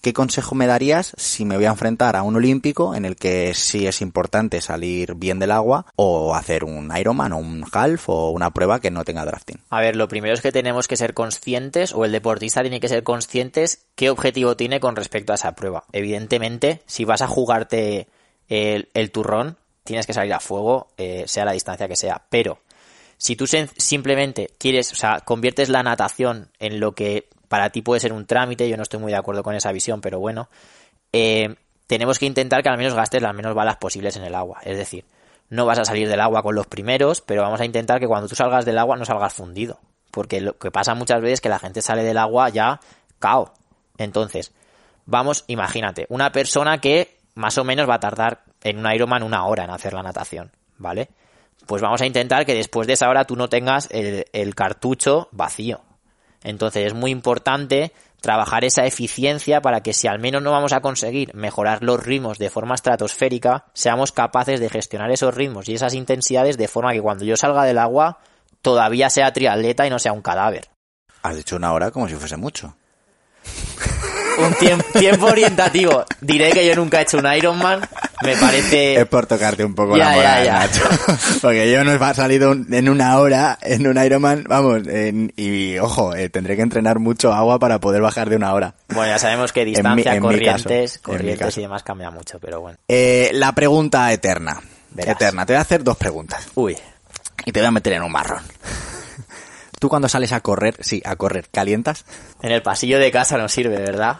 ¿qué consejo me darías si me voy a enfrentar a un olímpico en el que sí es importante salir bien del agua o hacer un Ironman o un half o una prueba que no tenga drafting? A ver, lo primero es que tenemos que ser conscientes, o el deportista tiene que ser conscientes qué objetivo tiene con respecto a esa prueba. Evidentemente, si vas a jugarte el, el turrón, tienes que salir a fuego, eh, sea la distancia que sea. Pero si tú sen- simplemente quieres, o sea, conviertes la natación en lo que para ti puede ser un trámite, yo no estoy muy de acuerdo con esa visión, pero bueno, eh, tenemos que intentar que al menos gastes las menos balas posibles en el agua. Es decir, no vas a salir del agua con los primeros, pero vamos a intentar que cuando tú salgas del agua no salgas fundido. Porque lo que pasa muchas veces es que la gente sale del agua ya cao. Entonces, vamos, imagínate, una persona que más o menos va a tardar en un Ironman una hora en hacer la natación, ¿vale? Pues vamos a intentar que después de esa hora tú no tengas el, el cartucho vacío. Entonces es muy importante trabajar esa eficiencia para que si al menos no vamos a conseguir mejorar los ritmos de forma estratosférica, seamos capaces de gestionar esos ritmos y esas intensidades de forma que cuando yo salga del agua todavía sea triatleta y no sea un cadáver. Has dicho una hora como si fuese mucho. Un tiempo, tiempo orientativo. Diré que yo nunca he hecho un Ironman. Me parece... Es por tocarte un poco Ya, la moral, ya, ya. Nacho. Porque yo no he salido un- en una hora en un Ironman, vamos, en- y ojo, eh, tendré que entrenar mucho agua para poder bajar de una hora. Bueno, ya sabemos que En mi- distancia, en mi corrientes, caso, en mi corrientes caso. y demás cambia mucho, pero bueno. Eh, la pregunta eterna. Verás. Eterna. Te voy a hacer dos preguntas. Uy, Y te voy a meter en un marrón. Tú cuando sales a correr, sí, a correr, ¿calientas? en el pasillo de casa no sirve, ¿verdad?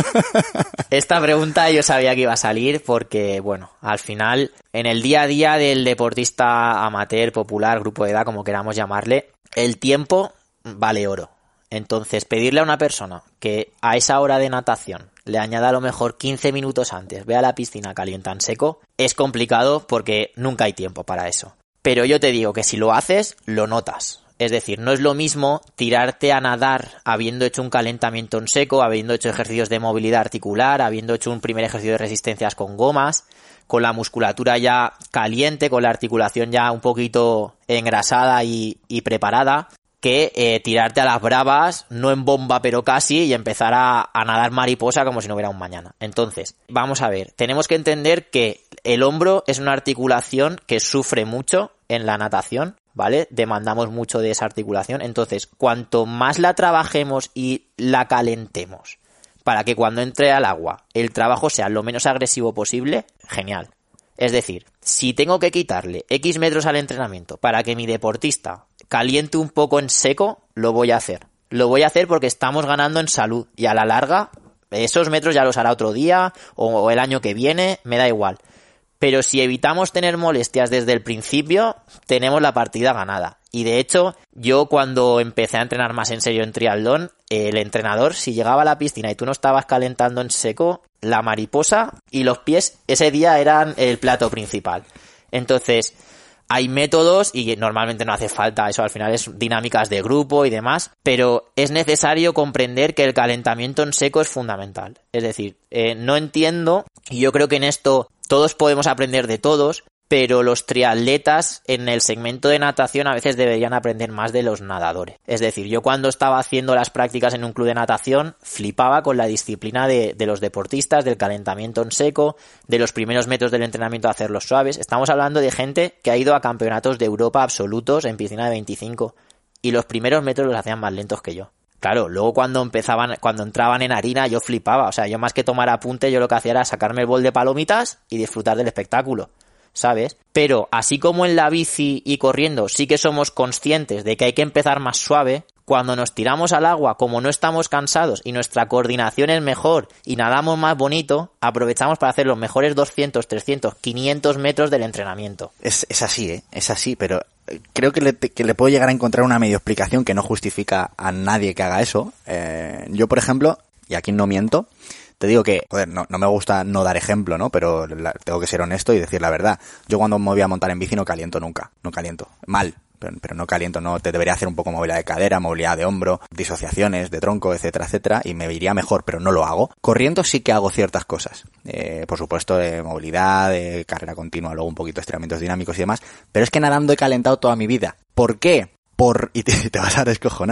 Esta pregunta yo sabía que iba a salir porque, bueno, al final, en el día a día del deportista amateur, popular, grupo de edad, como queramos llamarle, el tiempo vale oro. Entonces, pedirle a una persona que a esa hora de natación le añada a lo mejor quince minutos antes, ve a la piscina calienta en seco, es complicado porque nunca hay tiempo para eso. Pero yo te digo que si lo haces, lo notas. Es decir, no es lo mismo tirarte a nadar habiendo hecho un calentamiento en seco, habiendo hecho ejercicios de movilidad articular, habiendo hecho un primer ejercicio de resistencias con gomas, con la musculatura ya caliente, con la articulación ya un poquito engrasada y, y preparada, que eh, tirarte a las bravas, no en bomba pero casi, y empezar a, a nadar mariposa como si no hubiera un mañana. Entonces, vamos a ver, tenemos que entender que el hombro es una articulación que sufre mucho en la natación, ¿vale? Demandamos mucho de esa articulación. Entonces, cuanto más la trabajemos y la calentemos para que cuando entre al agua el trabajo sea lo menos agresivo posible, genial. Es decir, si tengo que quitarle X metros al entrenamiento para que mi deportista caliente un poco en seco, lo voy a hacer. Lo voy a hacer porque estamos ganando en salud y a la larga esos metros ya los hará otro día o, o el año que viene, me da igual. Pero si evitamos tener molestias desde el principio, tenemos la partida ganada. Y de hecho, yo cuando empecé a entrenar más en serio en triatlón, el entrenador, si llegaba a la piscina y tú no estabas calentando en seco, la mariposa y los pies ese día eran el plato principal. Entonces, hay métodos y normalmente no hace falta eso, al final es dinámicas de grupo y demás, pero es necesario comprender que el calentamiento en seco es fundamental. Es decir, eh, no entiendo, y yo creo que en esto todos podemos aprender de todos, pero los triatletas en el segmento de natación a veces deberían aprender más de los nadadores. Es decir, yo cuando estaba haciendo las prácticas en un club de natación flipaba con la disciplina de, de los deportistas, del calentamiento en seco, de los primeros metros del entrenamiento a hacerlos suaves. Estamos hablando de gente que ha ido a campeonatos de Europa absolutos en piscina de veinticinco y los primeros metros los hacían más lentos que yo. Claro, luego cuando empezaban, cuando entraban en harina yo flipaba, o sea, yo más que tomar apunte yo lo que hacía era sacarme el bol de palomitas y disfrutar del espectáculo, ¿sabes? Pero así como en la bici y corriendo sí que somos conscientes de que hay que empezar más suave, cuando nos tiramos al agua, como no estamos cansados y nuestra coordinación es mejor y nadamos más bonito, aprovechamos para hacer los mejores doscientos, trescientos, quinientos metros del entrenamiento. Es, es así, ¿eh? Es así, pero creo que le, que le puedo llegar a encontrar una medio explicación que no justifica a nadie que haga eso. Eh, yo, por ejemplo, y aquí no miento, te digo que, joder, no, no me gusta no dar ejemplo, ¿no? Pero la, tengo que ser honesto y decir la verdad. Yo cuando me voy a montar en bici no caliento nunca, no caliento. Mal. Pero, pero no caliento, no, te debería hacer un poco movilidad de cadera, movilidad de hombro, disociaciones de tronco, etcétera, etcétera, y me iría mejor, pero no lo hago. Corriendo sí que hago ciertas cosas, eh, por supuesto de movilidad, de carrera continua, luego un poquito de estiramientos dinámicos y demás, pero es que nadando he calentado toda mi vida. ¿Por qué? Por, y te, te vas a descojonar,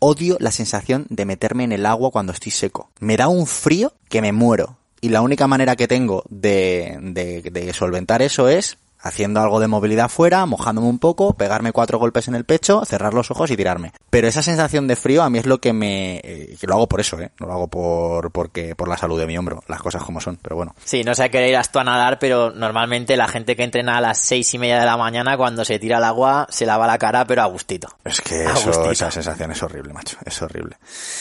odio la sensación de meterme en el agua cuando estoy seco. Me da un frío que me muero. Y la única manera que tengo de, de, de solventar eso es haciendo algo de movilidad fuera, mojándome un poco, pegarme cuatro golpes en el pecho, cerrar los ojos y tirarme. Pero esa sensación de frío a mí es lo que me... Eh, que lo hago por eso, ¿eh? No lo hago por porque por la salud de mi hombro, las cosas como son, pero bueno. Sí, no sé a qué hora irás tú a nadar, pero normalmente la gente que entrena a las seis y media de la mañana, cuando se tira al agua, se lava la cara, pero a gustito. Es que eso, esa sensación es horrible, macho, es horrible.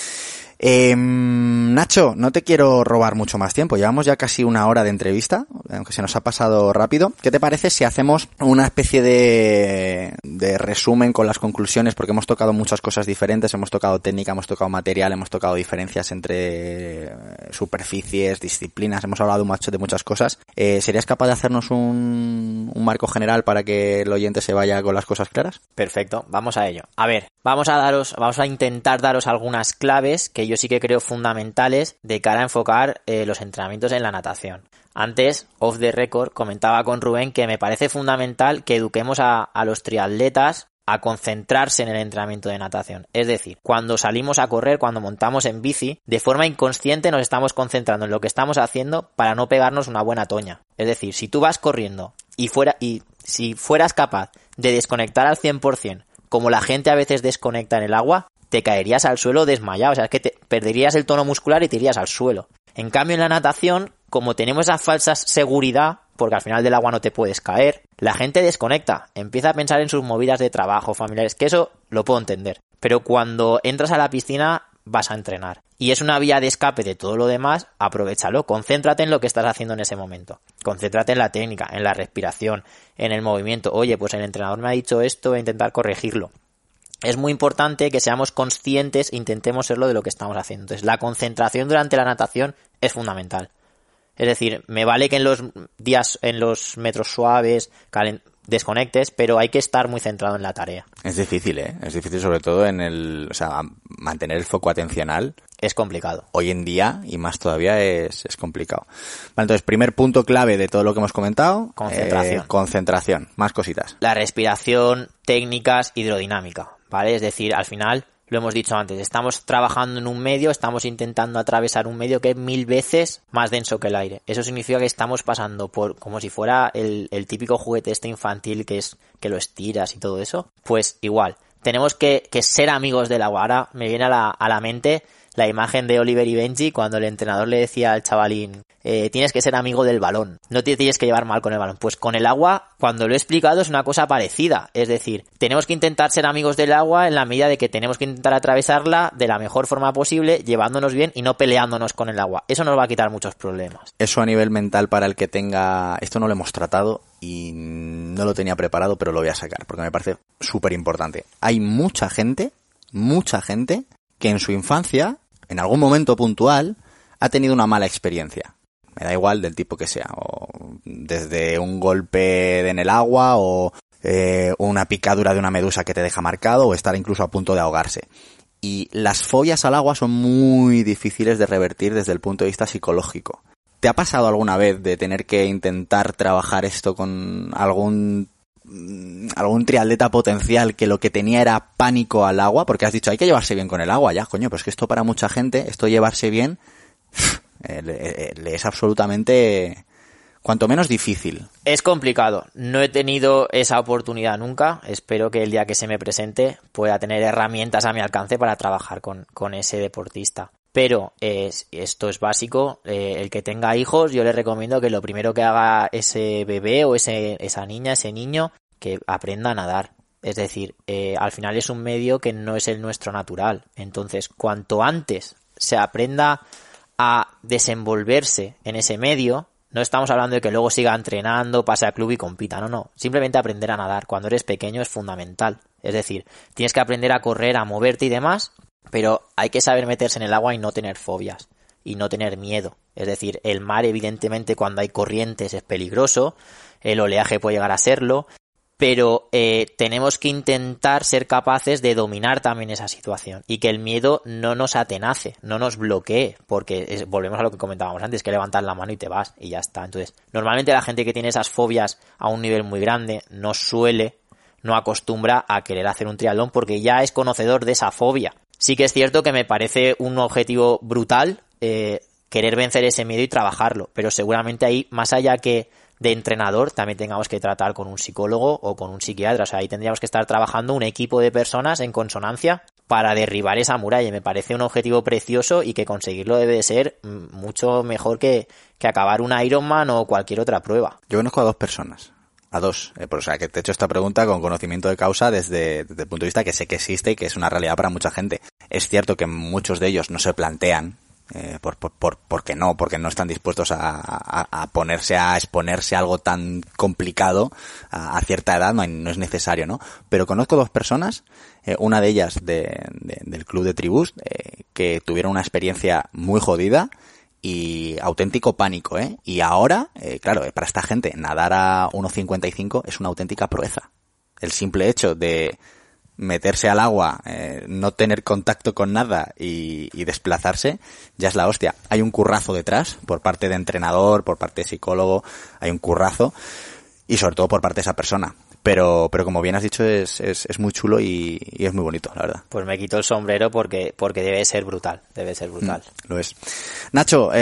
Eh, Nacho, no te quiero robar mucho más tiempo. Llevamos ya casi una hora de entrevista, aunque se nos ha pasado rápido. ¿Qué te parece si hacemos una especie de, de resumen con las conclusiones? Porque hemos tocado muchas cosas diferentes. Hemos tocado técnica, hemos tocado material, hemos tocado diferencias entre superficies, disciplinas. Hemos hablado de muchas cosas. Eh, ¿Serías capaz de hacernos un, un marco general para que el oyente se vaya con las cosas claras? Perfecto, vamos a ello. A ver, vamos a daros, vamos a intentar daros algunas claves que yo sí que creo fundamentales de cara a enfocar eh, los entrenamientos en la natación. Antes, off the record, comentaba con Rubén que me parece fundamental que eduquemos a, a los triatletas a concentrarse en el entrenamiento de natación. Es decir, cuando salimos a correr, cuando montamos en bici, de forma inconsciente nos estamos concentrando en lo que estamos haciendo para no pegarnos una buena toña. Es decir, si tú vas corriendo y fuera y si fueras capaz de desconectar al cien por ciento, como la gente a veces desconecta en el agua, te caerías al suelo desmayado, o sea, es que te perderías el tono muscular y te irías al suelo. En cambio, en la natación, como tenemos esa falsa seguridad, porque al final del agua no te puedes caer, la gente desconecta, empieza a pensar en sus movidas de trabajo, familiares, que eso lo puedo entender. Pero cuando entras a la piscina, vas a entrenar. Y es una vía de escape de todo lo demás, aprovéchalo, concéntrate en lo que estás haciendo en ese momento. Concéntrate en la técnica, en la respiración, en el movimiento. Oye, pues el entrenador me ha dicho esto, voy a intentar corregirlo. Es muy importante que seamos conscientes e intentemos serlo de lo que estamos haciendo. Entonces, la concentración durante la natación es fundamental. Es decir, me vale que en los días, en los metros suaves, calen- desconectes, pero hay que estar muy centrado en la tarea. Es difícil, ¿eh? Es difícil sobre todo en el... O sea, mantener el foco atencional. Es complicado. Hoy en día, y más todavía, es, es complicado. Vale, entonces, primer punto clave de todo lo que hemos comentado. Concentración. Eh, concentración. Más cositas. La respiración, técnicas, hidrodinámica, ¿vale? Es decir, al final, lo hemos dicho antes, estamos trabajando en un medio, estamos intentando atravesar un medio que es mil veces más denso que el aire. Eso significa que estamos pasando por, como si fuera el, el típico juguete este infantil que es, que lo estiras y todo eso. Pues igual, tenemos que, que ser amigos del agua. Ahora me viene a la, a la mente la imagen de Oliver y Benji cuando el entrenador le decía al chavalín, eh, tienes que ser amigo del balón, no te tienes que llevar mal con el balón. Pues con el agua, cuando lo he explicado, es una cosa parecida. Es decir, tenemos que intentar ser amigos del agua en la medida de que tenemos que intentar atravesarla de la mejor forma posible, llevándonos bien y no peleándonos con el agua. Eso nos va a quitar muchos problemas. Eso a nivel mental para el que tenga... Esto no lo hemos tratado y no lo tenía preparado, pero lo voy a sacar porque me parece súper importante. Hay mucha gente, mucha gente que en su infancia, en algún momento puntual, ha tenido una mala experiencia. Me da igual del tipo que sea, o desde un golpe en el agua, o eh, una picadura de una medusa que te deja marcado, o estar incluso a punto de ahogarse. Y las fobias al agua son muy difíciles de revertir desde el punto de vista psicológico. ¿Te ha pasado alguna vez de tener que intentar trabajar esto con algún algún triatleta potencial que lo que tenía era pánico al agua? Porque has dicho, hay que llevarse bien con el agua, ya, coño, pero es que esto para mucha gente, esto llevarse bien, le, le, le es absolutamente, cuanto menos difícil. Es complicado, no he tenido esa oportunidad nunca, espero que el día que se me presente pueda tener herramientas a mi alcance para trabajar con, con ese deportista. Pero eh, esto es básico, eh, el que tenga hijos, yo le recomiendo que lo primero que haga ese bebé o ese, esa niña, ese niño, que aprenda a nadar. Es decir, eh, al final es un medio que no es el nuestro natural. Entonces, cuanto antes se aprenda a desenvolverse en ese medio, no estamos hablando de que luego siga entrenando, pase al club y compita, no, no. Simplemente aprender a nadar cuando eres pequeño es fundamental. Es decir, tienes que aprender a correr, a moverte y demás, pero hay que saber meterse en el agua y no tener fobias y no tener miedo. Es decir, el mar evidentemente cuando hay corrientes es peligroso, el oleaje puede llegar a serlo, pero eh, tenemos que intentar ser capaces de dominar también esa situación y que el miedo no nos atenace, no nos bloquee, porque es, volvemos a lo que comentábamos antes, que levantar la mano y te vas y ya está. Entonces, normalmente la gente que tiene esas fobias a un nivel muy grande no suele, no acostumbra a querer hacer un triatlón porque ya es conocedor de esa fobia. Sí que es cierto que me parece un objetivo brutal eh, querer vencer ese miedo y trabajarlo, pero seguramente ahí, más allá que de entrenador, también tengamos que tratar con un psicólogo o con un psiquiatra. O sea, ahí tendríamos que estar trabajando un equipo de personas en consonancia para derribar esa muralla. Me parece un objetivo precioso y que conseguirlo debe de ser mucho mejor que, que acabar un Ironman o cualquier otra prueba. Yo conozco a dos personas. A dos. Eh, o sea, que te he hecho esta pregunta con conocimiento de causa desde, desde el punto de vista que sé que existe y que es una realidad para mucha gente. Es cierto que muchos de ellos no se plantean Eh, por, por, por, porque no, porque no están dispuestos a, a, a ponerse a exponerse a algo tan complicado a, a cierta edad, no, hay, no es necesario, ¿no? Pero conozco dos personas, eh, una de ellas de, de, del club de tribus, eh, que tuvieron una experiencia muy jodida y auténtico pánico, ¿eh? Y ahora, eh, claro, para esta gente nadar a uno cincuenta y cinco es una auténtica proeza. El simple hecho de meterse al agua, eh, no tener contacto con nada y, y desplazarse, ya es la hostia. Hay un currazo detrás, por parte de entrenador, por parte de psicólogo, hay un currazo, y sobre todo por parte de esa persona. Pero, pero como bien has dicho, es, es, es muy chulo y, y es muy bonito, la verdad. Pues me quito el sombrero porque, porque debe ser brutal, debe ser brutal. Mm, lo es. Nacho,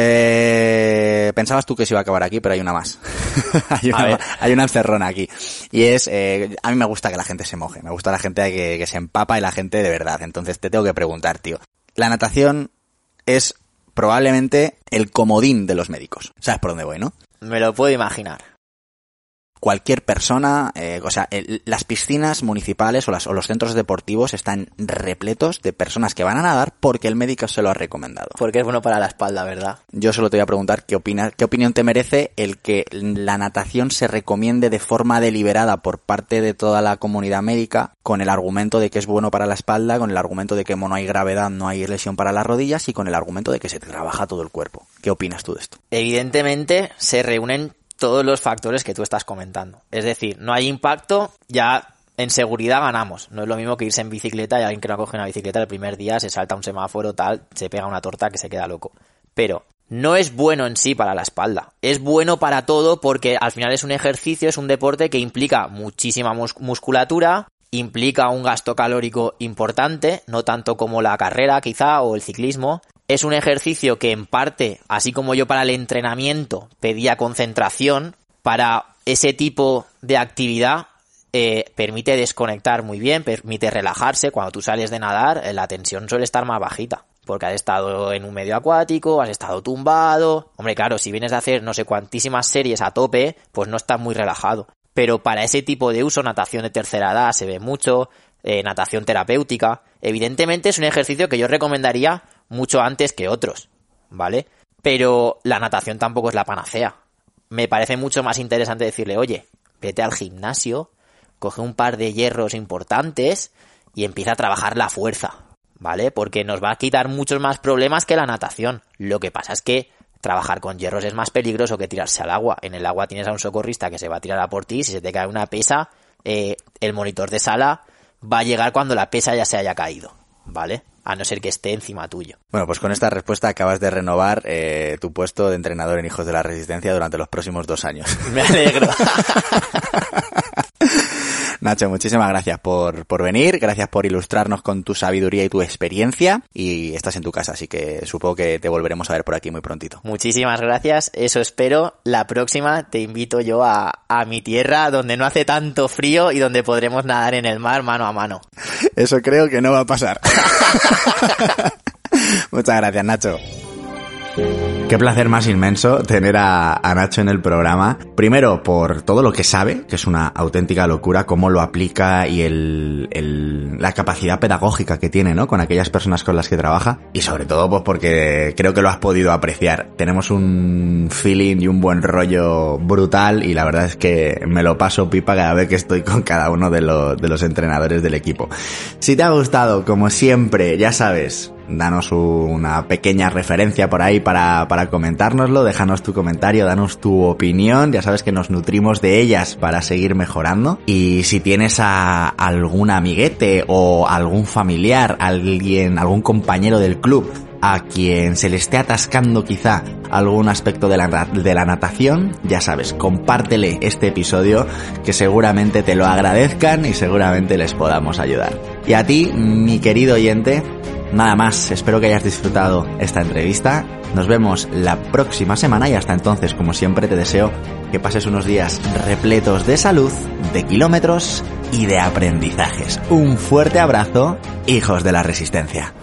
eh, pensabas tú que se iba a acabar aquí, pero hay una más. hay, una, hay una encerrona aquí. Y es, eh, a mí me gusta que la gente se moje, me gusta la gente que, que se empapa y la gente de verdad. Entonces te tengo que preguntar, tío. La natación es probablemente el comodín de los médicos. ¿Sabes por dónde voy, no? Me lo puedo imaginar. Cualquier persona, eh, o sea, el, las piscinas municipales o, las, o los centros deportivos están repletos de personas que van a nadar porque el médico se lo ha recomendado. Porque es bueno para la espalda, ¿verdad? Yo solo te voy a preguntar qué opinas, qué opinión te merece el que la natación se recomiende de forma deliberada por parte de toda la comunidad médica con el argumento de que es bueno para la espalda, con el argumento de que como no hay gravedad, no hay lesión para las rodillas y con el argumento de que se trabaja todo el cuerpo. ¿Qué opinas tú de esto? Evidentemente se reúnen todos los factores que tú estás comentando. Es decir, no hay impacto, ya en seguridad ganamos. No es lo mismo que irse en bicicleta y alguien que no coge una bicicleta el primer día se salta un semáforo, tal, se pega una torta que se queda loco. Pero no es bueno en sí para la espalda. Es bueno para todo porque al final es un ejercicio, es un deporte que implica muchísima mus- musculatura, implica un gasto calórico importante, no tanto como la carrera quizá o el ciclismo. Es un ejercicio que en parte, así como yo para el entrenamiento pedía concentración, para ese tipo de actividad eh, permite desconectar muy bien, permite relajarse. Cuando tú sales de nadar, la tensión suele estar más bajita, porque has estado en un medio acuático, has estado tumbado. Hombre, claro, si vienes a hacer no sé cuantísimas series a tope, pues no estás muy relajado. Pero para ese tipo de uso, natación de tercera edad se ve mucho, eh, natación terapéutica. Evidentemente es un ejercicio que yo recomendaría mucho antes que otros, ¿vale? Pero la natación tampoco es la panacea. Me parece mucho más interesante decirle, oye, vete al gimnasio, coge un par de hierros importantes y empieza a trabajar la fuerza, ¿vale? Porque nos va a quitar muchos más problemas que la natación. Lo que pasa es que trabajar con hierros es más peligroso que tirarse al agua. En el agua tienes a un socorrista que se va a tirar a por ti, si se te cae una pesa, eh, el monitor de sala va a llegar cuando la pesa ya se haya caído, ¿vale? A no ser que esté encima tuyo. Bueno, pues con esta respuesta acabas de renovar eh, tu puesto de entrenador en Hijos de la Resistencia durante los próximos dos años. Me alegro. Nacho, muchísimas gracias por, por venir, gracias por ilustrarnos con tu sabiduría y tu experiencia, y estás en tu casa, así que supongo que te volveremos a ver por aquí muy prontito. Muchísimas gracias, eso espero. La próxima te invito yo a, a mi tierra, donde no hace tanto frío y donde podremos nadar en el mar mano a mano. Eso creo que no va a pasar. Muchas gracias, Nacho. Qué placer más inmenso tener a, a Nacho en el programa. Primero, por todo lo que sabe, que es una auténtica locura, cómo lo aplica y el, el, la capacidad pedagógica que tiene, ¿no? Con aquellas personas con las que trabaja. Y sobre todo, pues porque creo que lo has podido apreciar. Tenemos un feeling y un buen rollo brutal y la verdad es que me lo paso pipa cada vez que estoy con cada uno de los, de los entrenadores del equipo. Si te ha gustado, como siempre, ya sabes, danos una pequeña referencia por ahí para, para comentárnoslo, déjanos tu comentario, danos tu opinión, ya sabes que nos nutrimos de ellas para seguir mejorando. Y si tienes a algún amiguete o algún familiar, alguien, algún compañero del club a quien se le esté atascando quizá algún aspecto de la, de la natación, ya sabes, compártele este episodio que seguramente te lo agradezcan y seguramente les podamos ayudar. Y a ti, mi querido oyente, nada más, espero que hayas disfrutado esta entrevista. Nos vemos la próxima semana y hasta entonces, como siempre, te deseo que pases unos días repletos de salud, de kilómetros y de aprendizajes. Un fuerte abrazo, hijos de la resistencia.